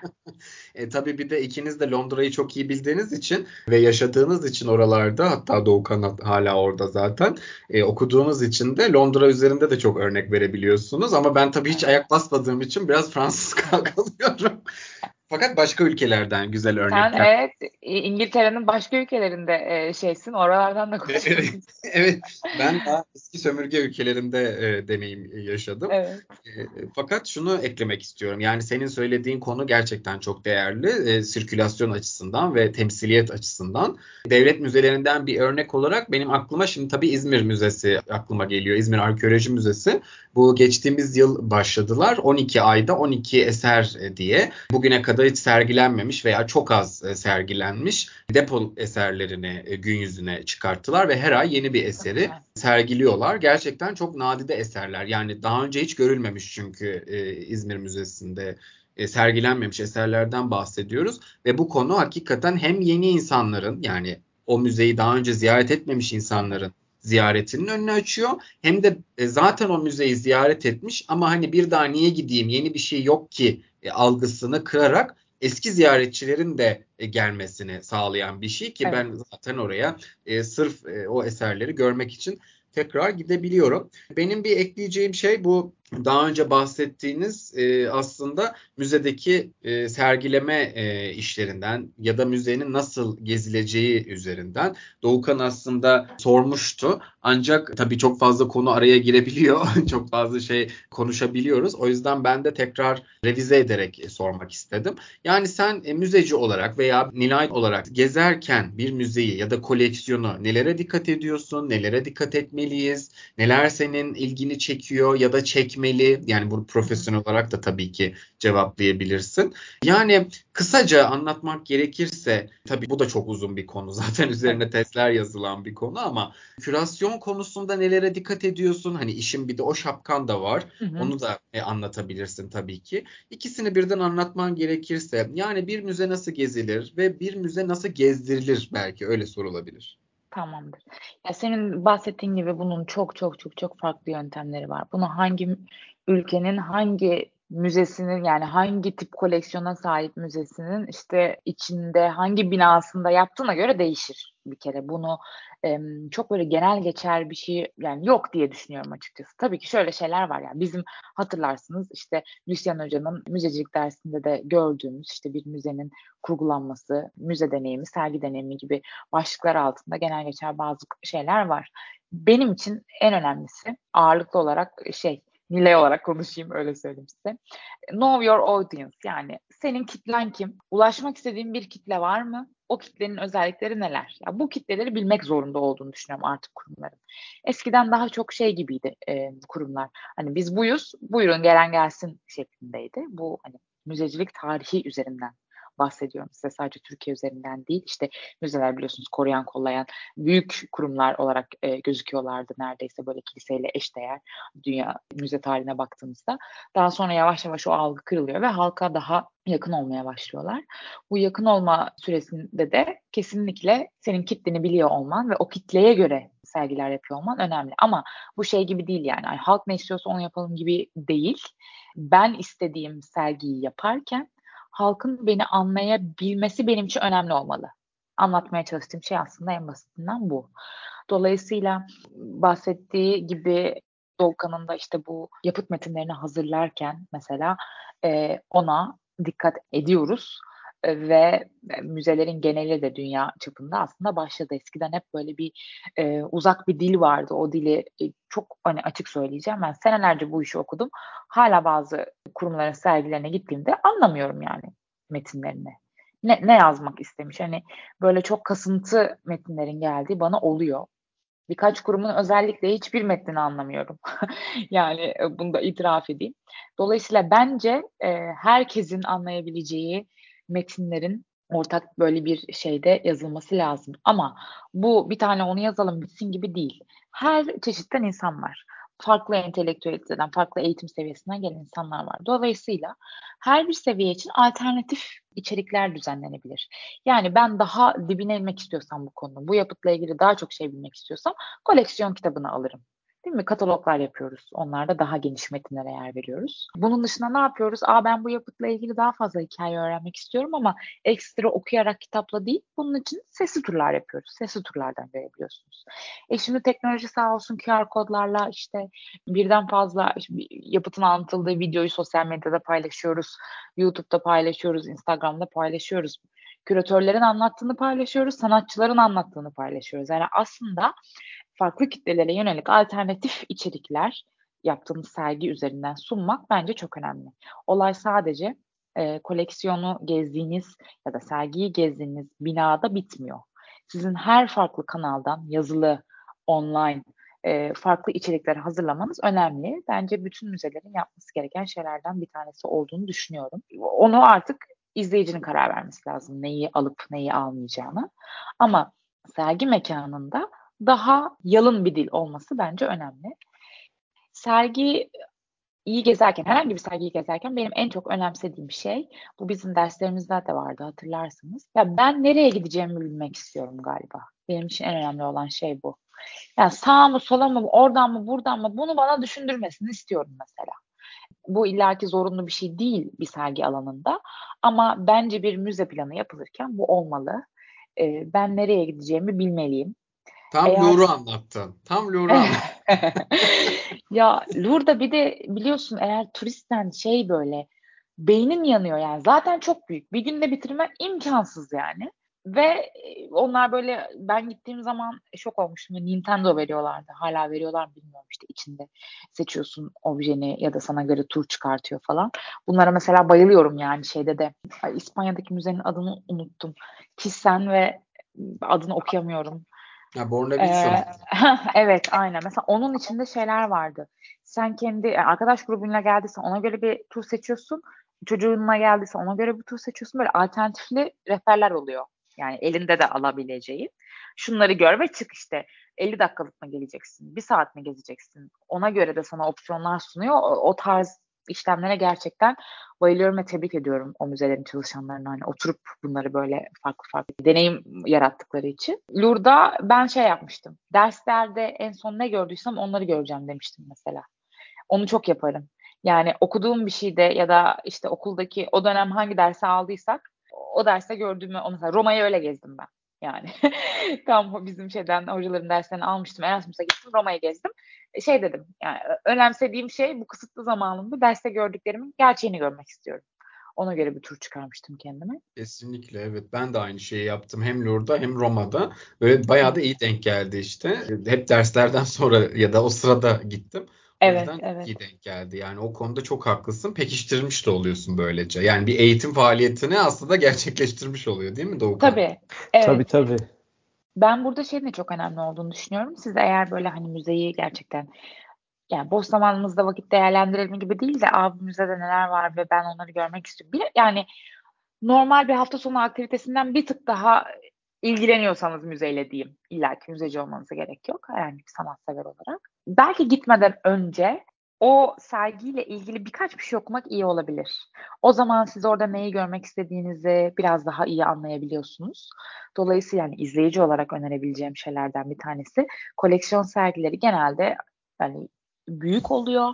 Tabii bir de ikiniz de Londra'yı çok iyi bildiğiniz için ve yaşadığınız için oralarda, hatta Doğukan hala orada zaten, okuduğunuz için de Londra üzerinde de çok örnek verebiliyorsunuz. Ama ben tabii hiç ayak basmadığım için biraz Fransız kalıyorum. Fakat başka ülkelerden güzel Sen örnekler. evet İngiltere'nin başka ülkelerinde oralardan da Evet, konuşalım. evet. Ben daha eski sömürge ülkelerinde deneyim yaşadım. Evet. Fakat şunu eklemek istiyorum. Yani senin söylediğin konu gerçekten çok değerli. Sirkülasyon açısından ve temsiliyet açısından. Devlet müzelerinden bir örnek olarak benim aklıma şimdi tabii İzmir Müzesi aklıma geliyor. İzmir Arkeoloji Müzesi. Bu geçtiğimiz yıl başladılar. 12 ayda 12 eser diye. Bugüne kadar hiç sergilenmemiş veya çok az sergilenmiş depo eserlerini gün yüzüne çıkarttılar ve her ay yeni bir Çok eseri güzel. sergiliyorlar. Gerçekten çok nadide eserler. Yani daha önce hiç görülmemiş çünkü İzmir Müzesi'nde sergilenmemiş eserlerden bahsediyoruz ve bu konu hakikaten hem yeni insanların, yani o müzeyi daha önce ziyaret etmemiş Evet. insanların ziyaretinin önünü açıyor. Hem de zaten o müzeyi ziyaret etmiş ama hani bir daha niye gideyim, yeni bir şey yok ki algısını kırarak eski ziyaretçilerin de gelmesini sağlayan bir şey ki Evet. ben zaten oraya sırf o eserleri görmek için tekrar gidebiliyorum. Benim bir ekleyeceğim şey bu daha önce bahsettiğiniz aslında müzedeki sergileme işlerinden ya da müzenin nasıl gezileceği üzerinden. Doğukan aslında sormuştu. Ancak tabii çok fazla konu araya girebiliyor. Çok fazla şey konuşabiliyoruz. O yüzden ben de tekrar revize ederek sormak istedim. Yani sen müzeci olarak veya Nilay olarak gezerken bir müzeyi ya da koleksiyonu nelere dikkat ediyorsun, nelere dikkat etmeliyiz, neler senin ilgini çekiyor ya da çekmeli? Yani bunu profesyonel olarak da tabii ki cevaplayabilirsin. Yani kısaca anlatmak gerekirse, tabii bu da çok uzun bir konu zaten Evet. üzerine tezler yazılan bir konu ama kürasyon konusunda nelere dikkat ediyorsun? Hani işin bir de o şapkan da var. Hı hı. Onu da anlatabilirsin tabii ki. İkisini birden anlatman gerekirse yani bir müze nasıl gezilir ve bir müze nasıl gezdirilir, belki öyle sorulabilir. Tamamdır. Ya senin bahsettiğin gibi bunun çok çok çok çok farklı yöntemleri var. Bunu hangi ülkenin hangi müzesinin, yani hangi tip koleksiyona sahip müzesinin işte içinde hangi binasında yaptığına göre değişir bir kere. Bunu çok böyle genel geçer bir şey yani yok diye düşünüyorum açıkçası. Tabii ki şöyle şeyler var yani bizim hatırlarsınız işte Lucian Hoca'nın müzecilik dersinde de gördüğümüz işte bir müzenin kurgulanması, müze deneyimi, sergi deneyimi gibi başlıklar altında genel geçer bazı şeyler var. Benim için en önemlisi ağırlıklı olarak Nilay olarak konuşayım öyle söyleyeyim size. Know your audience, yani senin kitlen kim? Ulaşmak istediğin bir kitle var mı? O kitlenin özellikleri neler? Ya bu kitleleri bilmek zorunda olduğunu düşünüyorum artık kurumların. Eskiden daha çok gibiydi kurumlar. Hani biz buyuz, buyurun gelen gelsin şeklindeydi. Bu hani müzecilik tarihi üzerinden bahsediyorum size, sadece Türkiye üzerinden değil. İşte müzeler biliyorsunuz koruyan kollayan büyük kurumlar olarak gözüküyorlardı neredeyse böyle kiliseyle eşdeğer dünya müze tarihine baktığımızda. Daha sonra yavaş yavaş o algı kırılıyor ve halka daha yakın olmaya başlıyorlar. Bu yakın olma süresinde de kesinlikle senin kitleni biliyor olman ve o kitleye göre sergiler yapıyor olman önemli. Ama bu gibi değil yani. Halk ne istiyorsa onu yapalım gibi değil. Ben istediğim sergiyi yaparken halkın beni anlayabilmesi benim için önemli olmalı. Anlatmaya çalıştığım şey aslında en basitinden bu. Dolayısıyla bahsettiği gibi Doğukan'ın da işte bu yapıt metinlerini hazırlarken mesela ona dikkat ediyoruz. Ve müzelerin geneli de dünya çapında aslında başladı. Eskiden hep böyle bir uzak bir dil vardı. O dili çok hani açık söyleyeceğim. Ben senelerce bu işi okudum. Hala bazı kurumların sergilerine gittiğimde anlamıyorum yani metinlerini. Ne yazmak istemiş? Hani böyle çok kasıntı metinlerin geldiği bana oluyor. Birkaç kurumun özellikle hiçbir metnini anlamıyorum. Yani bunu da itiraf edeyim. Dolayısıyla bence herkesin anlayabileceği metinlerin ortak böyle bir yazılması lazım. Ama bu bir tane onu yazalım bitsin gibi değil. Her çeşitten insan var. Farklı entelektüeliteden, farklı eğitim seviyesinden gelen insanlar var. Dolayısıyla her bir seviye için alternatif içerikler düzenlenebilir. Yani ben daha dibine inmek istiyorsam bu konunun, bu yapıtla ilgili daha çok bilmek istiyorsam koleksiyon kitabını alırım. Değil mi? Kataloglar yapıyoruz. Onlarda daha geniş metinlere yer veriyoruz. Bunun dışında ne yapıyoruz? Ben bu yapıtla ilgili daha fazla hikaye öğrenmek istiyorum ama ekstra okuyarak kitapla değil. Bunun için sesli turlar yapıyoruz. Sesli turlardan görebiliyorsunuz. Şimdi teknoloji sağ olsun QR kodlarla işte birden fazla yapıtın anlatıldığı videoyu sosyal medyada paylaşıyoruz. YouTube'da paylaşıyoruz. Instagram'da paylaşıyoruz. Küratörlerin anlattığını paylaşıyoruz. Sanatçıların anlattığını paylaşıyoruz. Yani aslında farklı kitlelere yönelik alternatif içerikler yaptığımız sergi üzerinden sunmak bence çok önemli. Olay sadece koleksiyonu gezdiğiniz ya da sergiyi gezdiğiniz binada bitmiyor. Sizin her farklı kanaldan yazılı, online farklı içerikler hazırlamanız önemli. Bence bütün müzelerin yapması gereken şeylerden bir tanesi olduğunu düşünüyorum. Onu artık izleyicinin karar vermesi lazım neyi alıp neyi almayacağını. Ama sergi mekanında daha yalın bir dil olması bence önemli. Sergi iyi gezerken, herhangi bir sergiyi gezerken benim en çok önemsediğim şey, bu bizim derslerimizde de vardı hatırlarsınız. Ya ben nereye gideceğimi bilmek istiyorum galiba. Benim için en önemli olan şey bu. Yani sağ mı, sola mı, oradan mı, buradan mı, bunu bana düşündürmesini istiyorum mesela. Bu illaki zorunlu bir şey değil bir sergi alanında. Ama bence bir müze planı yapılırken bu olmalı. Ben nereye gideceğimi bilmeliyim. Tam Eğer Louvre'u anlattın. Tam Louvre'u anlattın. ya Louvre'da bir de biliyorsun eğer turistten böyle beynin yanıyor yani. Zaten çok büyük. Bir günde bitirmen imkansız yani. Ve onlar böyle ben gittiğim zaman şok olmuştum. Nintendo veriyorlardı. Hala veriyorlar mı bilmiyorum işte içinde seçiyorsun objeni ya da sana göre tur çıkartıyor falan. Bunlara mesela bayılıyorum yani de. İspanya'daki müzenin adını unuttum. Thyssen ve adını okuyamıyorum. Ha, Bornemisza. Evet, aynen. Mesela onun içinde şeyler vardı. Sen kendi arkadaş grubunla geldiysen ona göre bir tur seçiyorsun. Çocuğunla geldiyse ona göre bir tur seçiyorsun. Böyle alternatifli rehberler oluyor. Yani elinde de alabileceğin. Şunları gör ve çık işte. 50 dakikalık mı geleceksin? Bir saat mi gezeceksin? Ona göre de sana opsiyonlar sunuyor. O tarz işlemlere gerçekten bayılıyorum ve tebrik ediyorum o müzelerin çalışanlarını. Hani oturup bunları böyle farklı farklı deneyim yarattıkları için. Lourdes'da ben yapmıştım. Derslerde en son ne gördüysem onları göreceğim demiştim mesela. Onu çok yaparım. Yani okuduğum bir şeyde ya da işte okuldaki o dönem hangi dersi aldıysak o derste gördüğümü, mesela Roma'yı öyle gezdim ben. Yani tam bizim hocaların derslerini almıştım. Erasmus'a gittim, Roma'yı gezdim. Şey dedim, yani önemsediğim şey bu kısıtlı zamanımda derste gördüklerimin gerçeğini görmek istiyorum. Ona göre bir tur çıkarmıştım kendime. Kesinlikle evet, ben de aynı şeyi yaptım hem Lourdes'da hem Roma'da. Böyle bayağı da iyi denk geldi işte. Hep derslerden sonra ya da o sırada gittim. O Evet, yüzden çok evet. iyi denk geldi. Yani o konuda çok haklısın. Pekiştirmiş de oluyorsun böylece. Yani bir eğitim faaliyetini aslında gerçekleştirmiş oluyor değil mi Doğukan? Tabii, Tabii evet. tabii. Ben burada şeyin de çok önemli olduğunu düşünüyorum. Siz eğer böyle hani müzeyi gerçekten, yani boş zamanımızda vakit değerlendirelim gibi değil de, bu müzede neler var ve ben onları görmek istiyorum. Yani normal bir hafta sonu aktivitesinden bir tık daha ilgileniyorsanız müzeyle diyeyim. İlla ki müzeci olmanıza gerek yok herhangi bir sanatsever olarak. Belki gitmeden önce o sergiyle ilgili birkaç bir şey okumak iyi olabilir. O zaman siz orada neyi görmek istediğinizi biraz daha iyi anlayabiliyorsunuz. Dolayısıyla yani izleyici olarak önerebileceğim şeylerden bir tanesi, koleksiyon sergileri genelde yani büyük oluyor.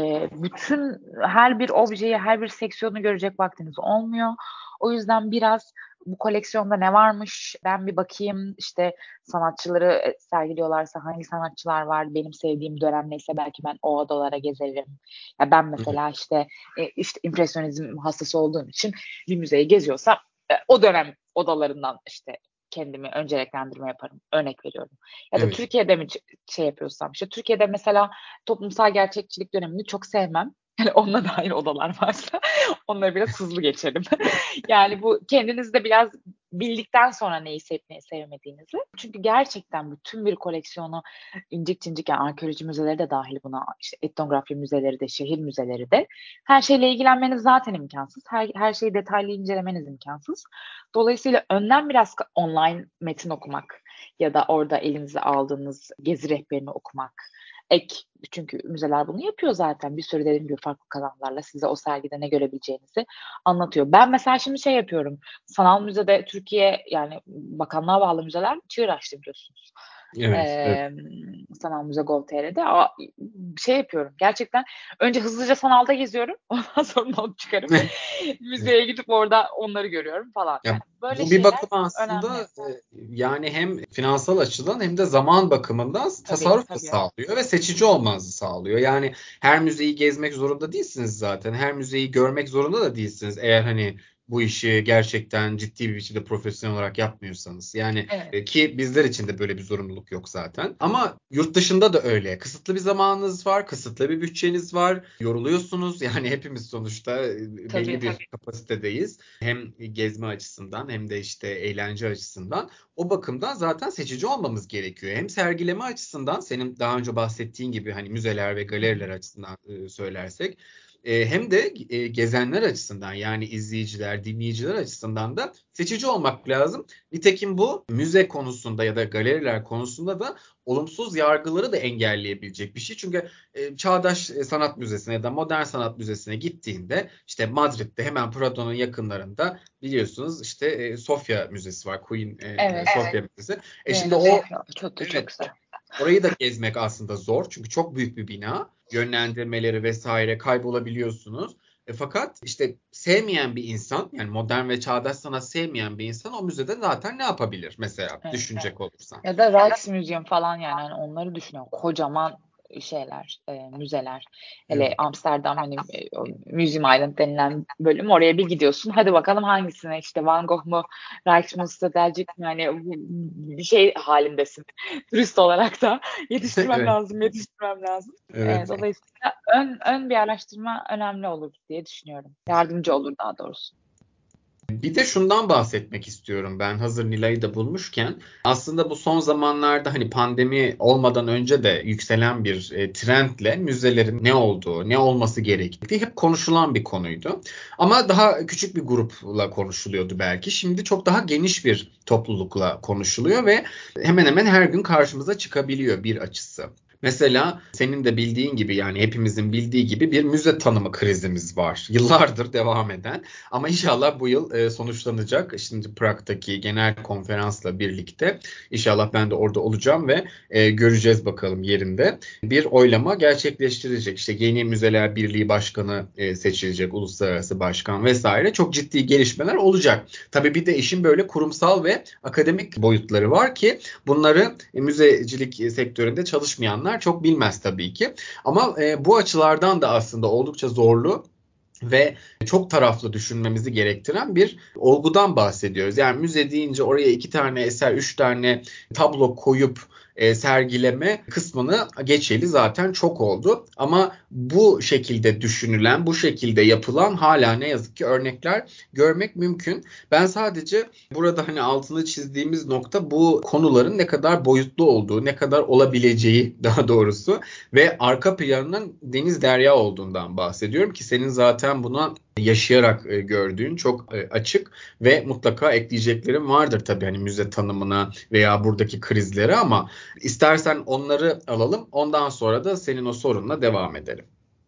Bütün her bir objeyi, her bir seksiyonu görecek vaktiniz olmuyor. O yüzden biraz bu koleksiyonda ne varmış, ben bir bakayım, işte sanatçıları sergiliyorlarsa hangi sanatçılar var, benim sevdiğim dönem neyse belki ben o odalara gezerim. Ya ben mesela işte impresyonizm hastası olduğum için bir müzeyi geziyorsam o dönem odalarından işte kendimi önceliklendirme yaparım. Örnek veriyorum. Ya da Evet. Türkiye'de mi şey yapıyorsam, işte Türkiye'de mesela toplumsal gerçekçilik dönemini çok sevmem. Yani onunla dair odalar varsa onları biraz hızlı geçelim. Yani bu kendiniz de biraz bildikten sonra neyi sevip neyi sevmediğinizi. Çünkü gerçekten bütün bir koleksiyonu incik cincik, yani arkeoloji müzeleri de dahil buna, işte etnografi müzeleri de, şehir müzeleri de, her şeyle ilgilenmeniz zaten imkansız. Her şeyi detaylı incelemeniz imkansız. Dolayısıyla önden biraz online metin okumak ya da orada elinize aldığınız gezi rehberini okumak ek, çünkü müzeler bunu yapıyor zaten. Bir sürü dediğim gibi farklı kanallarla size o sergide ne görebileceğinizi anlatıyor. Ben mesela şimdi şey yapıyorum. Sanal müzede Türkiye, yani bakanlığa bağlı müzeler çığır açtı biliyorsunuz. Evet. Evet. Sanal Müze Gov.tr'de şey yapıyorum. Gerçekten önce hızlıca sanalda geziyorum. Ondan sonra not çıkarıp müzeye gidip orada onları görüyorum falan. Ya, Yani böyle bu bir şeyler bakıma önemli. aslında yani hem finansal açıdan hem de zaman bakımından Tabii, tasarruf da tabii. sağlıyor ve seçici olmanızı sağlıyor. Yani her müzeyi gezmek zorunda değilsiniz zaten. Her müzeyi görmek zorunda da değilsiniz. Eğer hani bu işi gerçekten ciddi bir biçimde profesyonel olarak yapmıyorsanız. Yani Evet. ki bizler için de böyle bir zorunluluk yok zaten. Ama yurt dışında da öyle. Kısıtlı bir zamanınız var, kısıtlı bir bütçeniz var. Yoruluyorsunuz. Yani hepimiz sonuçta belli Tabii. bir kapasitedeyiz. Hem gezme açısından hem de işte eğlence açısından. O bakımdan zaten seçici olmamız gerekiyor. Hem sergileme açısından senin daha önce bahsettiğin gibi hani müzeler ve galeriler açısından söylersek hem de gezenler açısından, yani izleyiciler, dinleyiciler açısından da seçici olmak lazım. Nitekim bu müze konusunda ya da galeriler konusunda da olumsuz yargıları da engelleyebilecek bir şey. Çünkü Çağdaş Sanat Müzesi'ne ya da Modern Sanat Müzesi'ne gittiğinde işte Madrid'de hemen Prado'nun yakınlarında biliyorsunuz işte Sofya Müzesi var. Queen Evet. Sofya Müzesi. Şimdi Reina o Sofia. Çok evet, güzel. orayı da gezmek aslında zor. Çünkü çok büyük bir bina. Yönlendirmeleri vesaire kaybolabiliyorsunuz. Fakat işte sevmeyen bir insan, yani modern ve çağdaş sanat sevmeyen bir insan o müzede zaten ne yapabilir mesela Evet. düşünecek olursan. Ya da Rijksmuseum falan, yani hani onları düşünüyorum. Kocaman şeyler, müzeler. Hele Evet. Amsterdam, hani o Museum Island denilen bölüm, oraya bir gidiyorsun. Hadi bakalım hangisine, işte Van Gogh mu, Rijksmuseum'da Belçik mi, hani bir şey halindesin. Turist olarak da yetiştirmem Evet. lazım, yetiştirmem lazım. Evet. Dolayısıyla ön bir araştırma önemli olur diye düşünüyorum. Yardımcı olur daha doğrusu. Bir de şundan bahsetmek istiyorum ben, hazır Nilay'ı da bulmuşken. Aslında bu son zamanlarda hani pandemi olmadan önce de yükselen bir trendle müzelerin ne olduğu, ne olması gerektiği hep konuşulan bir konuydu. Ama daha küçük bir grupla konuşuluyordu belki. Şimdi çok daha geniş bir toplulukla konuşuluyor ve hemen hemen her gün karşımıza çıkabiliyor bir açısı. Mesela senin de bildiğin gibi, yani hepimizin bildiği gibi bir müze tanımı krizimiz var. Yıllardır devam eden, ama inşallah bu yıl sonuçlanacak. Şimdi Prag'daki genel konferansla birlikte inşallah ben de orada olacağım ve göreceğiz bakalım yerinde. Bir oylama gerçekleştirecek. İşte Yeni Müzeler Birliği Başkanı seçilecek, uluslararası başkan vesaire. Çok ciddi gelişmeler olacak. Tabii bir de işin böyle kurumsal ve akademik boyutları var ki bunları müzecilik sektöründe çalışmayanlar çok bilmez tabii ki. Ama bu açılardan da aslında oldukça zorlu ve çok taraflı düşünmemizi gerektiren bir olgudan bahsediyoruz. Yani müze deyince oraya 2 tane eser, 3 tane tablo koyup sergileme kısmını geçeli zaten çok oldu. Ama bu şekilde düşünülen, bu şekilde yapılan hala ne yazık ki örnekler görmek mümkün. Ben sadece burada hani altını çizdiğimiz nokta bu konuların ne kadar boyutlu olduğu, ne kadar olabileceği daha doğrusu ve arka planının deniz derya olduğundan bahsediyorum ki senin zaten buna yaşayarak gördüğün çok açık ve mutlaka ekleyeceklerim vardır tabii hani müze tanımına veya buradaki krizlere, ama istersen onları alalım, ondan sonra da senin o sorunla devam edelim.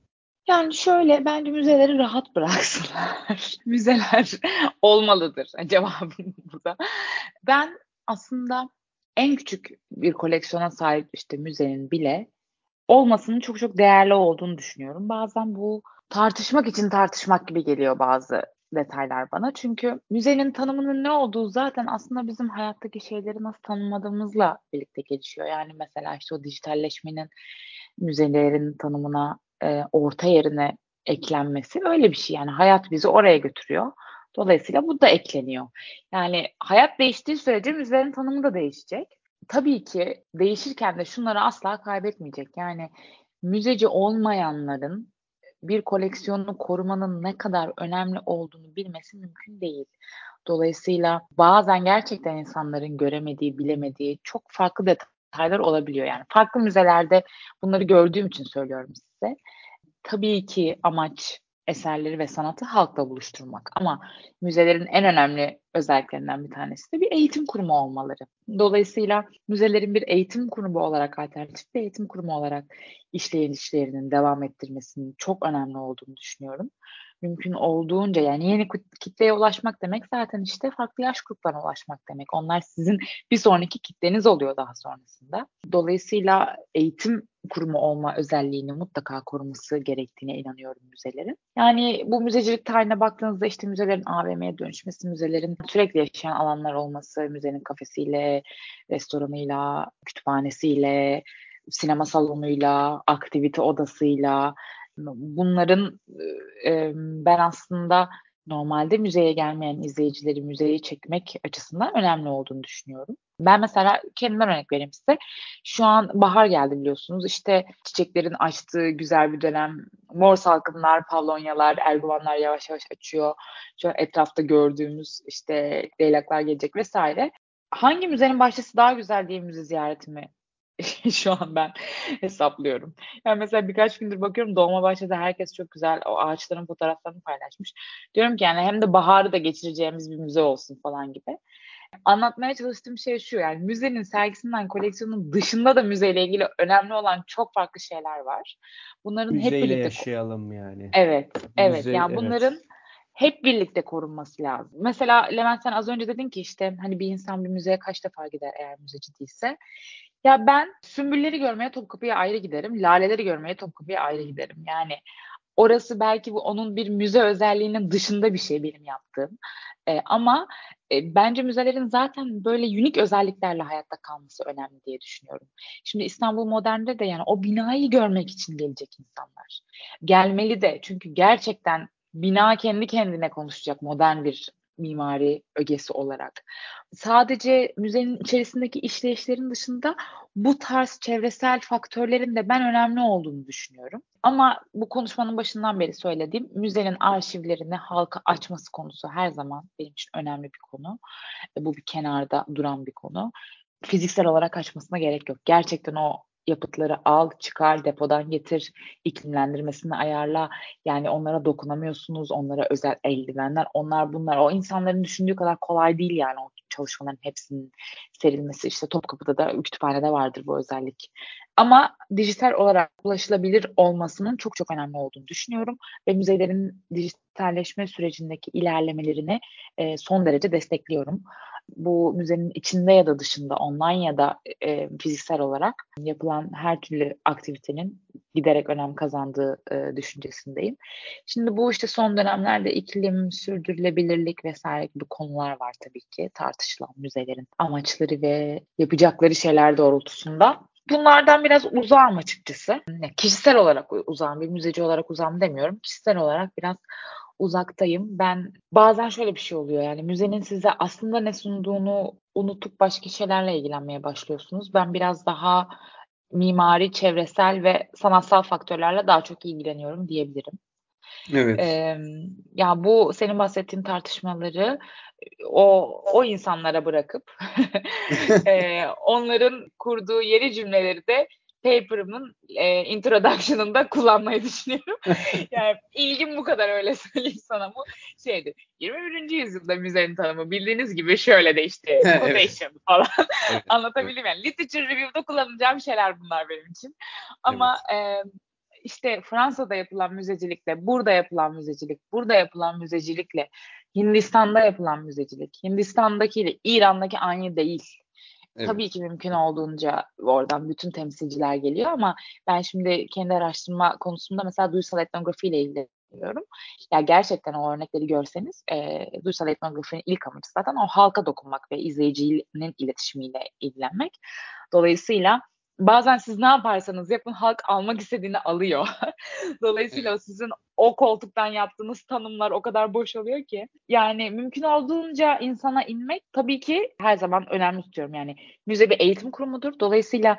Yani şöyle, bence müzeleri rahat bıraksınlar. Müzeler olmalıdır. Cevabım burada. Ben aslında en küçük bir koleksiyona sahip işte müzenin bile olmasının çok çok değerli olduğunu düşünüyorum. Bazen bu tartışmak için tartışmak gibi geliyor bazı detaylar bana. Çünkü müzenin tanımının ne olduğu zaten aslında bizim hayattaki şeyleri nasıl tanımladığımızla birlikte gelişiyor. Yani mesela işte o dijitalleşmenin müzelerin tanımına, orta yerine eklenmesi öyle bir şey. Yani hayat bizi oraya götürüyor. Dolayısıyla bu da ekleniyor. Yani hayat değiştiği sürece müzelerin tanımı da değişecek. Tabii ki değişirken de şunları asla kaybetmeyecek. Yani müzeci olmayanların bir koleksiyonunu korumanın ne kadar önemli olduğunu bilmesi mümkün değil. Dolayısıyla bazen gerçekten insanların göremediği, bilemediği çok farklı detaylar olabiliyor. Yani farklı müzelerde bunları gördüğüm için söylüyorum size. Tabii ki amaç eserleri ve sanatı halkla buluşturmak ama müzelerin en önemli özelliklerinden bir tanesi de bir eğitim kurumu olmaları. Dolayısıyla müzelerin bir eğitim kurumu olarak, alternatif bir eğitim kurumu olarak işleyişlerinin devam ettirmesinin çok önemli olduğunu düşünüyorum. Mümkün olduğunca, yani yeni kitleye ulaşmak demek zaten işte farklı yaş gruplarına ulaşmak demek. Onlar sizin bir sonraki kitleniz oluyor daha sonrasında. Dolayısıyla eğitim kurumu olma özelliğini mutlaka koruması gerektiğine inanıyorum müzelerin. Yani bu müzecilik tarihine baktığınızda işte müzelerin AVM'ye dönüşmesi, müzelerin sürekli yaşayan alanlar olması, müzenin kafesiyle, restoranıyla, kütüphanesiyle, sinema salonuyla, aktivite odasıyla, bunların ben aslında normalde müzeye gelmeyen izleyicileri müzeye çekmek açısından önemli olduğunu düşünüyorum. Ben mesela kendimden örnek vereyim size. Şu an bahar geldi biliyorsunuz. İşte çiçeklerin açtığı güzel bir dönem. Mor salkımlar, pavlonyalar, erguvanlar yavaş yavaş açıyor. Şu an etrafta gördüğümüz işte leylaklar gelecek vesaire. Hangi müzenin bahçesi daha güzel diye müze ziyaretimi şu an ben hesaplıyorum. Yani mesela birkaç gündür bakıyorum Dolmabahçe'de herkes çok güzel o ağaçların fotoğraflarını paylaşmış. Diyorum ki yani hem de baharı da geçireceğimiz bir müze olsun falan gibi. Anlatmaya çalıştığım şey şu, yani müzenin sergisinden, koleksiyonun dışında da müzeyle ilgili önemli olan çok farklı şeyler var. Bunların hep Müzeyle birlikte yaşayalım yani. evet, evet. Müze, Yani evet. bunların hep birlikte korunması lazım. Mesela Levent, sen az önce dedin ki işte hani bir insan bir müzeye kaç defa gider eğer müzeci değilse. Ya ben sümbülleri görmeye Topkapı'ya ayrı giderim, laleleri görmeye Topkapı'ya ayrı giderim. Yani orası belki bu onun bir müze özelliğinin dışında bir şey benim yaptığım. Ama bence müzelerin zaten böyle unik özelliklerle hayatta kalması önemli diye düşünüyorum. Şimdi İstanbul Modern'de de yani o binayı görmek için gelecek insanlar. Gelmeli de, çünkü gerçekten bina kendi kendine konuşacak modern bir mimari ögesi olarak. Sadece müzenin içerisindeki işleyişlerin dışında bu tarz çevresel faktörlerin de ben önemli olduğunu düşünüyorum. Ama bu konuşmanın başından beri söylediğim müzenin arşivlerini halka açması konusu her zaman benim için önemli bir konu. Bu bir kenarda duran bir konu. Fiziksel olarak açmasına gerek yok. Gerçekten o yapıtları al, çıkar, depodan getir, iklimlendirmesini ayarla. Yani onlara dokunamıyorsunuz, onlara özel eldivenler, onlar bunlar. O insanların düşündüğü kadar kolay değil yani o çalışmaların hepsinin serilmesi. İşte Topkapı'da da kütüphanede vardır bu özellik. Ama dijital olarak ulaşılabilir olmasının çok çok önemli olduğunu düşünüyorum ve müzelerin dijitalleşme sürecindeki ilerlemelerini son derece destekliyorum. Bu müzenin içinde ya da dışında, online ya da fiziksel olarak yapılan her türlü aktivitenin giderek önem kazandığı düşüncesindeyim. Şimdi bu işte son dönemlerde iklim, sürdürülebilirlik vesaire gibi konular var tabii ki tartışılan müzelerin amaçları ve yapacakları şeyler doğrultusunda. Bunlardan biraz uzağım açıkçası. Kişisel olarak uzağım, bir müzeci olarak uzağım demiyorum. Kişisel olarak biraz uzaktayım. Ben bazen şöyle bir şey oluyor, yani müzenin size aslında ne sunduğunu unutup başka şeylerle ilgilenmeye başlıyorsunuz. Ben biraz daha mimari, çevresel ve sanatsal faktörlerle daha çok ilgileniyorum diyebilirim. Evet. Ya bu senin bahsettiğin tartışmaları o insanlara bırakıp onların kurduğu yeni cümleleri de paper'ımın introduction'ında kullanmayı düşünüyorum. Yani ilgim bu kadar, öyle söyleyeyim sana. Bu şeydi. 21. yüzyılda müzenin tanımı bildiğiniz gibi şöyle de işte Evet. quotation falan Evet. anlatabildim yani. Literature review'da kullanacağım şeyler bunlar benim için. Ama Evet. işte Fransa'da yapılan müzecilikle, burada yapılan müzecilik, burada yapılan müzecilikle, Hindistan'da yapılan müzecilik, Hindistan'dakiyle İran'daki aynı değil. Tabii Evet. ki mümkün olduğunca oradan bütün temsilciler geliyor ama ben şimdi kendi araştırma konusunda mesela duysal etnografi ile ilgileniyorum. Ya gerçekten o örnekleri görseniz duysal etnografinin ilk amacı zaten o halka dokunmak ve izleyicinin iletişimiyle ilgilenmek. Dolayısıyla bazen siz ne yaparsanız yapın halk almak istediğini alıyor. Dolayısıyla Evet. sizin o koltuktan yaptığınız tanımlar o kadar boş oluyor ki. Yani mümkün olduğunca insana inmek tabii ki her zaman önemli tutuyorum. Yani müze bir eğitim kurumudur. Dolayısıyla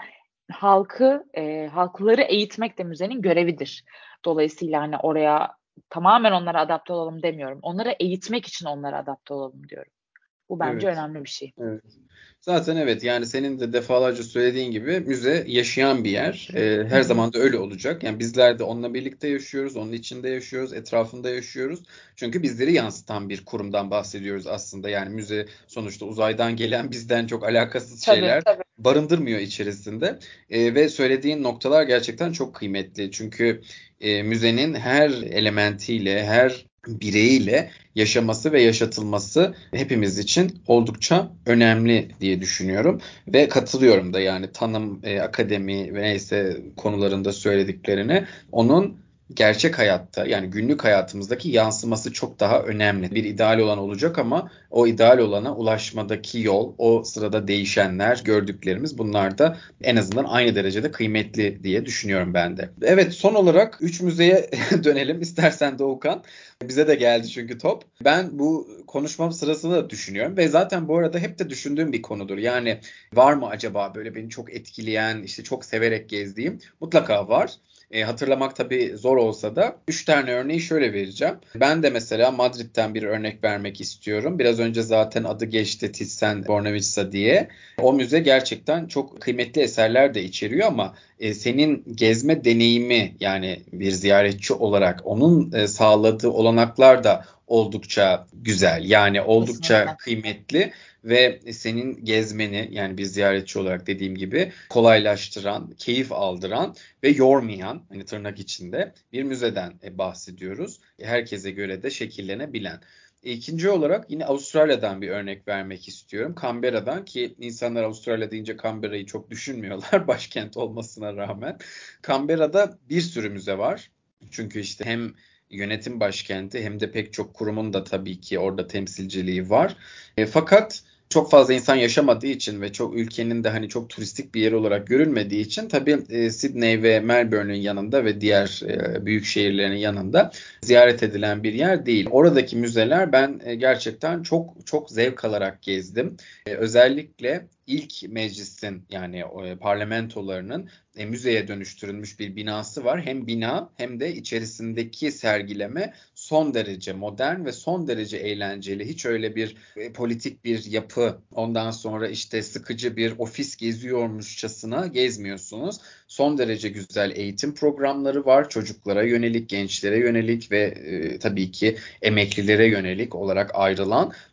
halkları eğitmek de müzenin görevidir. Dolayısıyla hani oraya tamamen onlara adapte olalım demiyorum. Onları eğitmek için onlara adapte olalım diyorum. Bu bence Evet. önemli bir şey. Evet. Zaten evet, yani senin de defalarca söylediğin gibi müze yaşayan bir yer. Hı Her hı. zaman da öyle olacak. Yani bizler de onunla birlikte yaşıyoruz, onun içinde yaşıyoruz, etrafında yaşıyoruz. Çünkü bizleri yansıtan bir kurumdan bahsediyoruz aslında. Yani müze sonuçta uzaydan gelen bizden çok alakasız Tabii. şeyler barındırmıyor içerisinde. Ve söylediğin noktalar gerçekten çok kıymetli. Çünkü müzenin her elementiyle, her bireyiyle yaşaması ve yaşatılması hepimiz için oldukça önemli diye düşünüyorum ve katılıyorum da, yani tanım, akademi ve neyse konularında söylediklerine, onun gerçek hayatta, yani günlük hayatımızdaki yansıması çok daha önemli. Bir ideal olan olacak ama o ideal olana ulaşmadaki yol, o sırada değişenler, gördüklerimiz, bunlar da en azından aynı derecede kıymetli diye düşünüyorum ben de. Evet, son olarak 3 müzeye dönelim istersen Doğukan. Bize de geldi çünkü top. Ben bu konuşmam sırasında da düşünüyorum ve zaten bu arada hep de düşündüğüm bir konudur. Yani var mı acaba böyle beni çok etkileyen, işte çok severek gezdiğim? Mutlaka var. Hatırlamak tabii zor olsa da 3 tane örneği şöyle vereceğim. Ben de mesela Madrid'den bir örnek vermek istiyorum. Biraz önce zaten adı geçti, Thyssen-Bornemisza diye. O müze gerçekten çok kıymetli eserler de içeriyor ama senin gezme deneyimi, yani bir ziyaretçi olarak onun sağladığı olanaklar da oldukça güzel. Yani oldukça Kesinlikle. kıymetli ve senin gezmeni, yani bir ziyaretçi olarak dediğim gibi, kolaylaştıran, keyif aldıran ve yormayan, hani tırnak içinde, bir müzeden bahsediyoruz. Herkese göre de şekillenebilen. İkinci olarak yine Avustralya'dan bir örnek vermek istiyorum. Canberra'dan, ki insanlar Avustralya deyince Canberra'yı çok düşünmüyorlar başkent olmasına rağmen. Canberra'da bir sürü müze var. Çünkü işte hem yönetim başkenti hem de pek çok kurumun da tabii ki orada temsilciliği var. Fakat çok fazla insan yaşamadığı için ve çok ülkenin de hani çok turistik bir yer olarak görülmediği için tabii Sydney ve Melbourne'ün yanında ve diğer büyük şehirlerin yanında ziyaret edilen bir yer değil. Oradaki müzeler ben gerçekten çok çok zevk alarak gezdim. Özellikle ilk meclisin, yani parlamentolarının müzeye dönüştürülmüş bir binası var. Hem bina hem de içerisindeki sergileme son derece modern ve son derece eğlenceli. Hiç öyle bir politik bir yapı, ondan sonra işte sıkıcı bir ofis geziyormuşçasına gezmiyorsunuz. Son derece güzel eğitim programları var. Çocuklara yönelik, gençlere yönelik ve tabii ki emeklilere yönelik olarak ayrılan.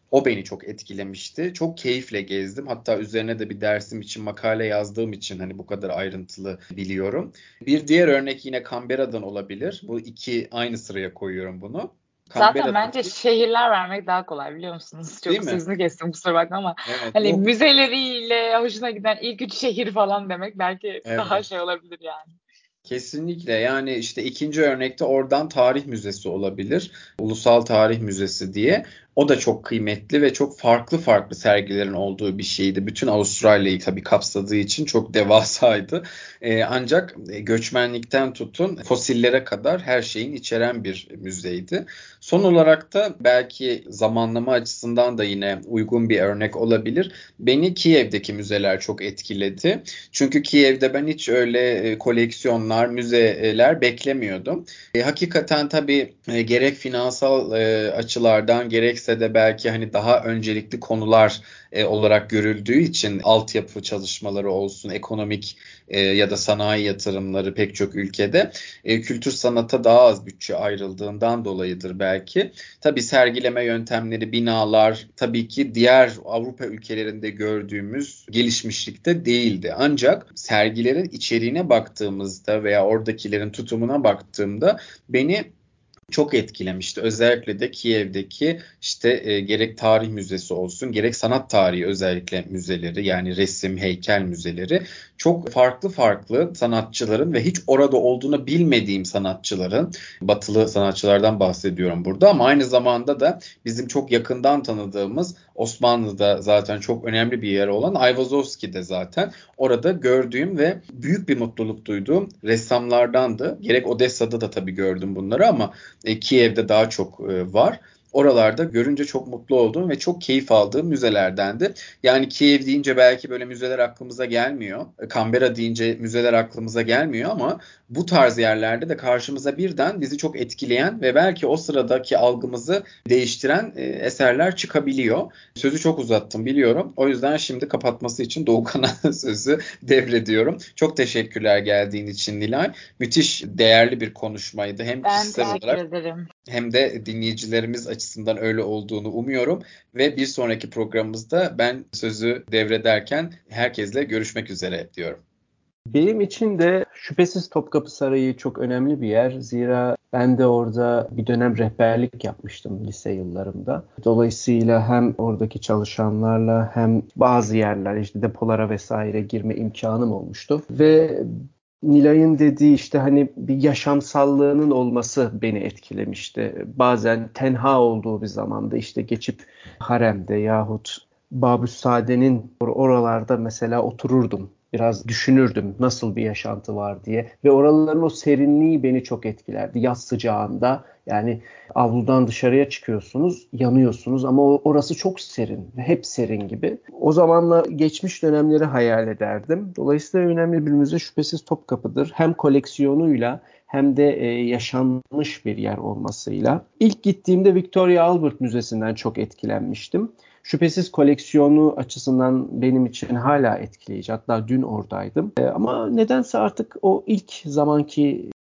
O beni çok etkilemişti. Çok keyifle gezdim. Hatta üzerine de bir dersim için makale yazdığım için hani bu kadar ayrıntılı biliyorum. Bir diğer örnek yine Canberra'dan olabilir. Bu iki aynı sıraya koyuyorum bunu. Zaten bence Canberra'daki, şehirler vermek daha kolay, biliyor musunuz? değil Çok mi? sözünü kestim, kusura bakma ama Evet, hani yok. müzeleriyle hoşuna giden ilk üç şehir falan demek belki daha Evet. şey olabilir yani. Kesinlikle, yani işte ikinci örnekte oradan tarih müzesi olabilir. Ulusal Tarih Müzesi diye. O da çok kıymetli ve çok farklı farklı sergilerin olduğu bir şeydi. Bütün Avustralya'yı tabii kapsadığı için çok devasaydı. Ancak göçmenlikten tutun fosillere kadar her şeyin içeren bir müzeydi. Son olarak da belki zamanlama açısından da yine uygun bir örnek olabilir. Beni Kiev'deki müzeler çok etkiledi. Çünkü Kiev'de ben hiç öyle koleksiyonlar, müzeler beklemiyordum. Hakikaten tabii gerek finansal açılardan gerekse de belki hani daha öncelikli konular olarak görüldüğü için altyapı çalışmaları olsun, ekonomik ya da sanayi yatırımları pek çok ülkede kültür sanata daha az bütçe ayrıldığından dolayıdır belki. Tabii sergileme yöntemleri, binalar tabii ki diğer Avrupa ülkelerinde gördüğümüz gelişmişlikte değildi. Ancak sergilerin içeriğine baktığımızda veya oradakilerin tutumuna baktığımda beni çok etkilemişti. Özellikle de Kiev'deki işte gerek tarih müzesi olsun, gerek sanat tarihi özellikle müzeleri, yani resim, heykel müzeleri, çok farklı farklı sanatçıların ve hiç orada olduğunu bilmediğim sanatçıların, batılı sanatçılardan bahsediyorum burada, ama aynı zamanda da bizim çok yakından tanıdığımız, Osmanlı'da zaten çok önemli bir yer olan Ayvazovski de zaten orada gördüğüm ve büyük bir mutluluk duyduğum ressamlardandı. Gerek Odessa'da da tabii gördüm bunları ama Kiev'de daha çok var. Oralarda görünce çok mutlu olduğum ve çok keyif aldığım müzelerdendi. Yani Kiev deyince belki böyle müzeler aklımıza gelmiyor. Canberra deyince müzeler aklımıza gelmiyor ama bu tarz yerlerde de karşımıza birden bizi çok etkileyen ve belki o sıradaki algımızı değiştiren eserler çıkabiliyor. Sözü çok uzattım biliyorum. O yüzden şimdi kapatması için Doğukan'a sözü devrediyorum. Çok teşekkürler geldiğin için Nilay. Müthiş değerli bir konuşmaydı. Hem Ben kişisel teşekkür olarak ederim. hem de dinleyicilerimiz açısından öyle olduğunu umuyorum. Ve bir sonraki programımızda ben sözü devrederken herkesle görüşmek üzere diyorum. Benim için de şüphesiz Topkapı Sarayı çok önemli bir yer. Zira ben de orada bir dönem rehberlik yapmıştım lise yıllarımda. Dolayısıyla hem oradaki çalışanlarla hem bazı yerler, işte depolara vesaire girme imkanım olmuştu. Ve Nilay'ın dediği işte hani bir yaşamsallığının olması beni etkilemişti. Bazen tenha olduğu bir zamanda işte geçip haremde yahut Babüssade'nin oralarda mesela otururdum. Biraz düşünürdüm nasıl bir yaşantı var diye. Ve oraların o serinliği beni çok etkilerdi. Yaz sıcağında yani avludan dışarıya çıkıyorsunuz, yanıyorsunuz ama orası çok serin. Hep serin gibi. O zamanla geçmiş dönemleri hayal ederdim. Dolayısıyla önemli bir müze şüphesiz Topkapı'dır. Hem koleksiyonuyla hem de yaşanmış bir yer olmasıyla. İlk gittiğimde Victoria Albert Müzesi'nden çok etkilenmiştim. Şüphesiz koleksiyonu açısından benim için hala etkileyici. Hatta dün oradaydım. Ama nedense artık o ilk zamanki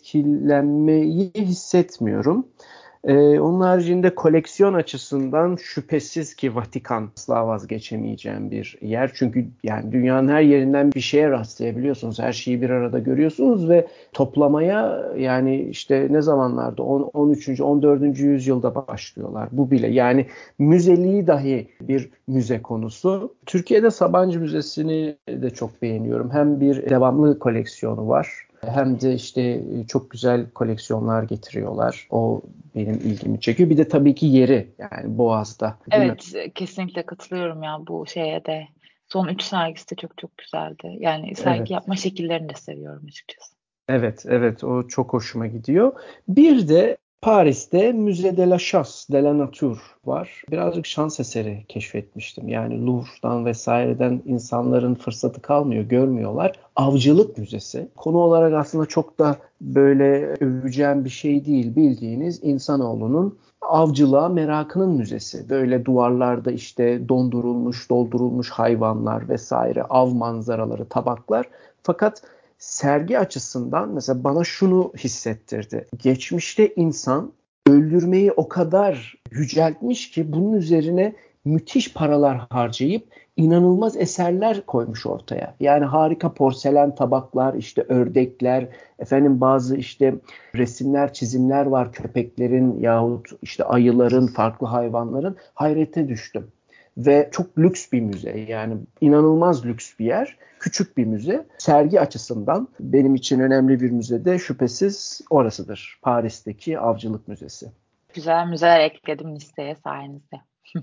etkilenmeyi hissetmiyorum. Onun haricinde koleksiyon açısından şüphesiz ki Vatikan asla vazgeçemeyeceğim bir yer. Çünkü yani dünyanın her yerinden bir şeye rastlayabiliyorsunuz. Her şeyi bir arada görüyorsunuz ve toplamaya yani işte ne zamanlarda 13. 14. yüzyılda başlıyorlar. Bu bile yani müzeliği dahi bir müze konusu. Türkiye'de Sabancı Müzesi'ni de çok beğeniyorum. Hem bir devamlı koleksiyonu var hem de işte çok güzel koleksiyonlar getiriyorlar. O benim ilgimi çekiyor. Bir de tabii ki yeri yani Boğaz'da, değil mi? Evet, kesinlikle katılıyorum ya bu şeye de. Son 3 sergisi de çok çok güzeldi. Yani sergi Evet. yapma şekillerini de seviyorum açıkçası. Evet, evet o çok hoşuma gidiyor. Bir de Paris'te Musée de la Chasse, de la Nature var. Birazcık şans eseri keşfetmiştim. Yani Louvre'dan vesaireden insanların fırsatı kalmıyor, görmüyorlar. Avcılık müzesi. Konu olarak aslında çok da böyle öveceğim bir şey değil. Bildiğiniz insanoğlunun avcılığa merakının müzesi. Böyle duvarlarda işte dondurulmuş, doldurulmuş hayvanlar vesaire, av manzaraları, tabaklar. Fakat sergi açısından mesela bana şunu hissettirdi. Geçmişte insan öldürmeyi o kadar yüceltmiş ki bunun üzerine müthiş paralar harcayıp inanılmaz eserler koymuş ortaya. Yani harika porselen tabaklar, işte ördekler, bazı işte resimler, çizimler var köpeklerin yahut işte ayıların, farklı hayvanların. Hayrete düştüm. Ve çok lüks bir müze, yani inanılmaz lüks bir yer. Küçük bir müze. Sergi açısından benim için önemli bir müze de şüphesiz orasıdır. Paris'teki Avcılık Müzesi. Güzel müzeler ekledim listeye sayenizde.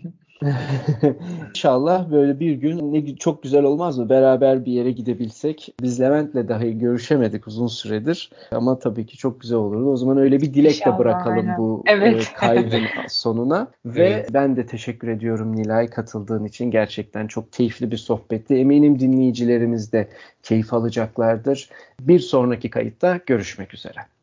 İnşallah böyle bir gün çok güzel olmaz mı? Beraber bir yere gidebilsek. Biz Levent'le dahi görüşemedik uzun süredir. Ama tabii ki çok güzel olurdu. O zaman öyle bir dilek de İnşallah, bırakalım aynen. bu Evet. kaydın sonuna. Ve Evet. ben de teşekkür ediyorum Nilay, katıldığın için. Gerçekten çok keyifli bir sohbetti. Eminim dinleyicilerimiz de keyif alacaklardır. Bir sonraki kayıtta görüşmek üzere.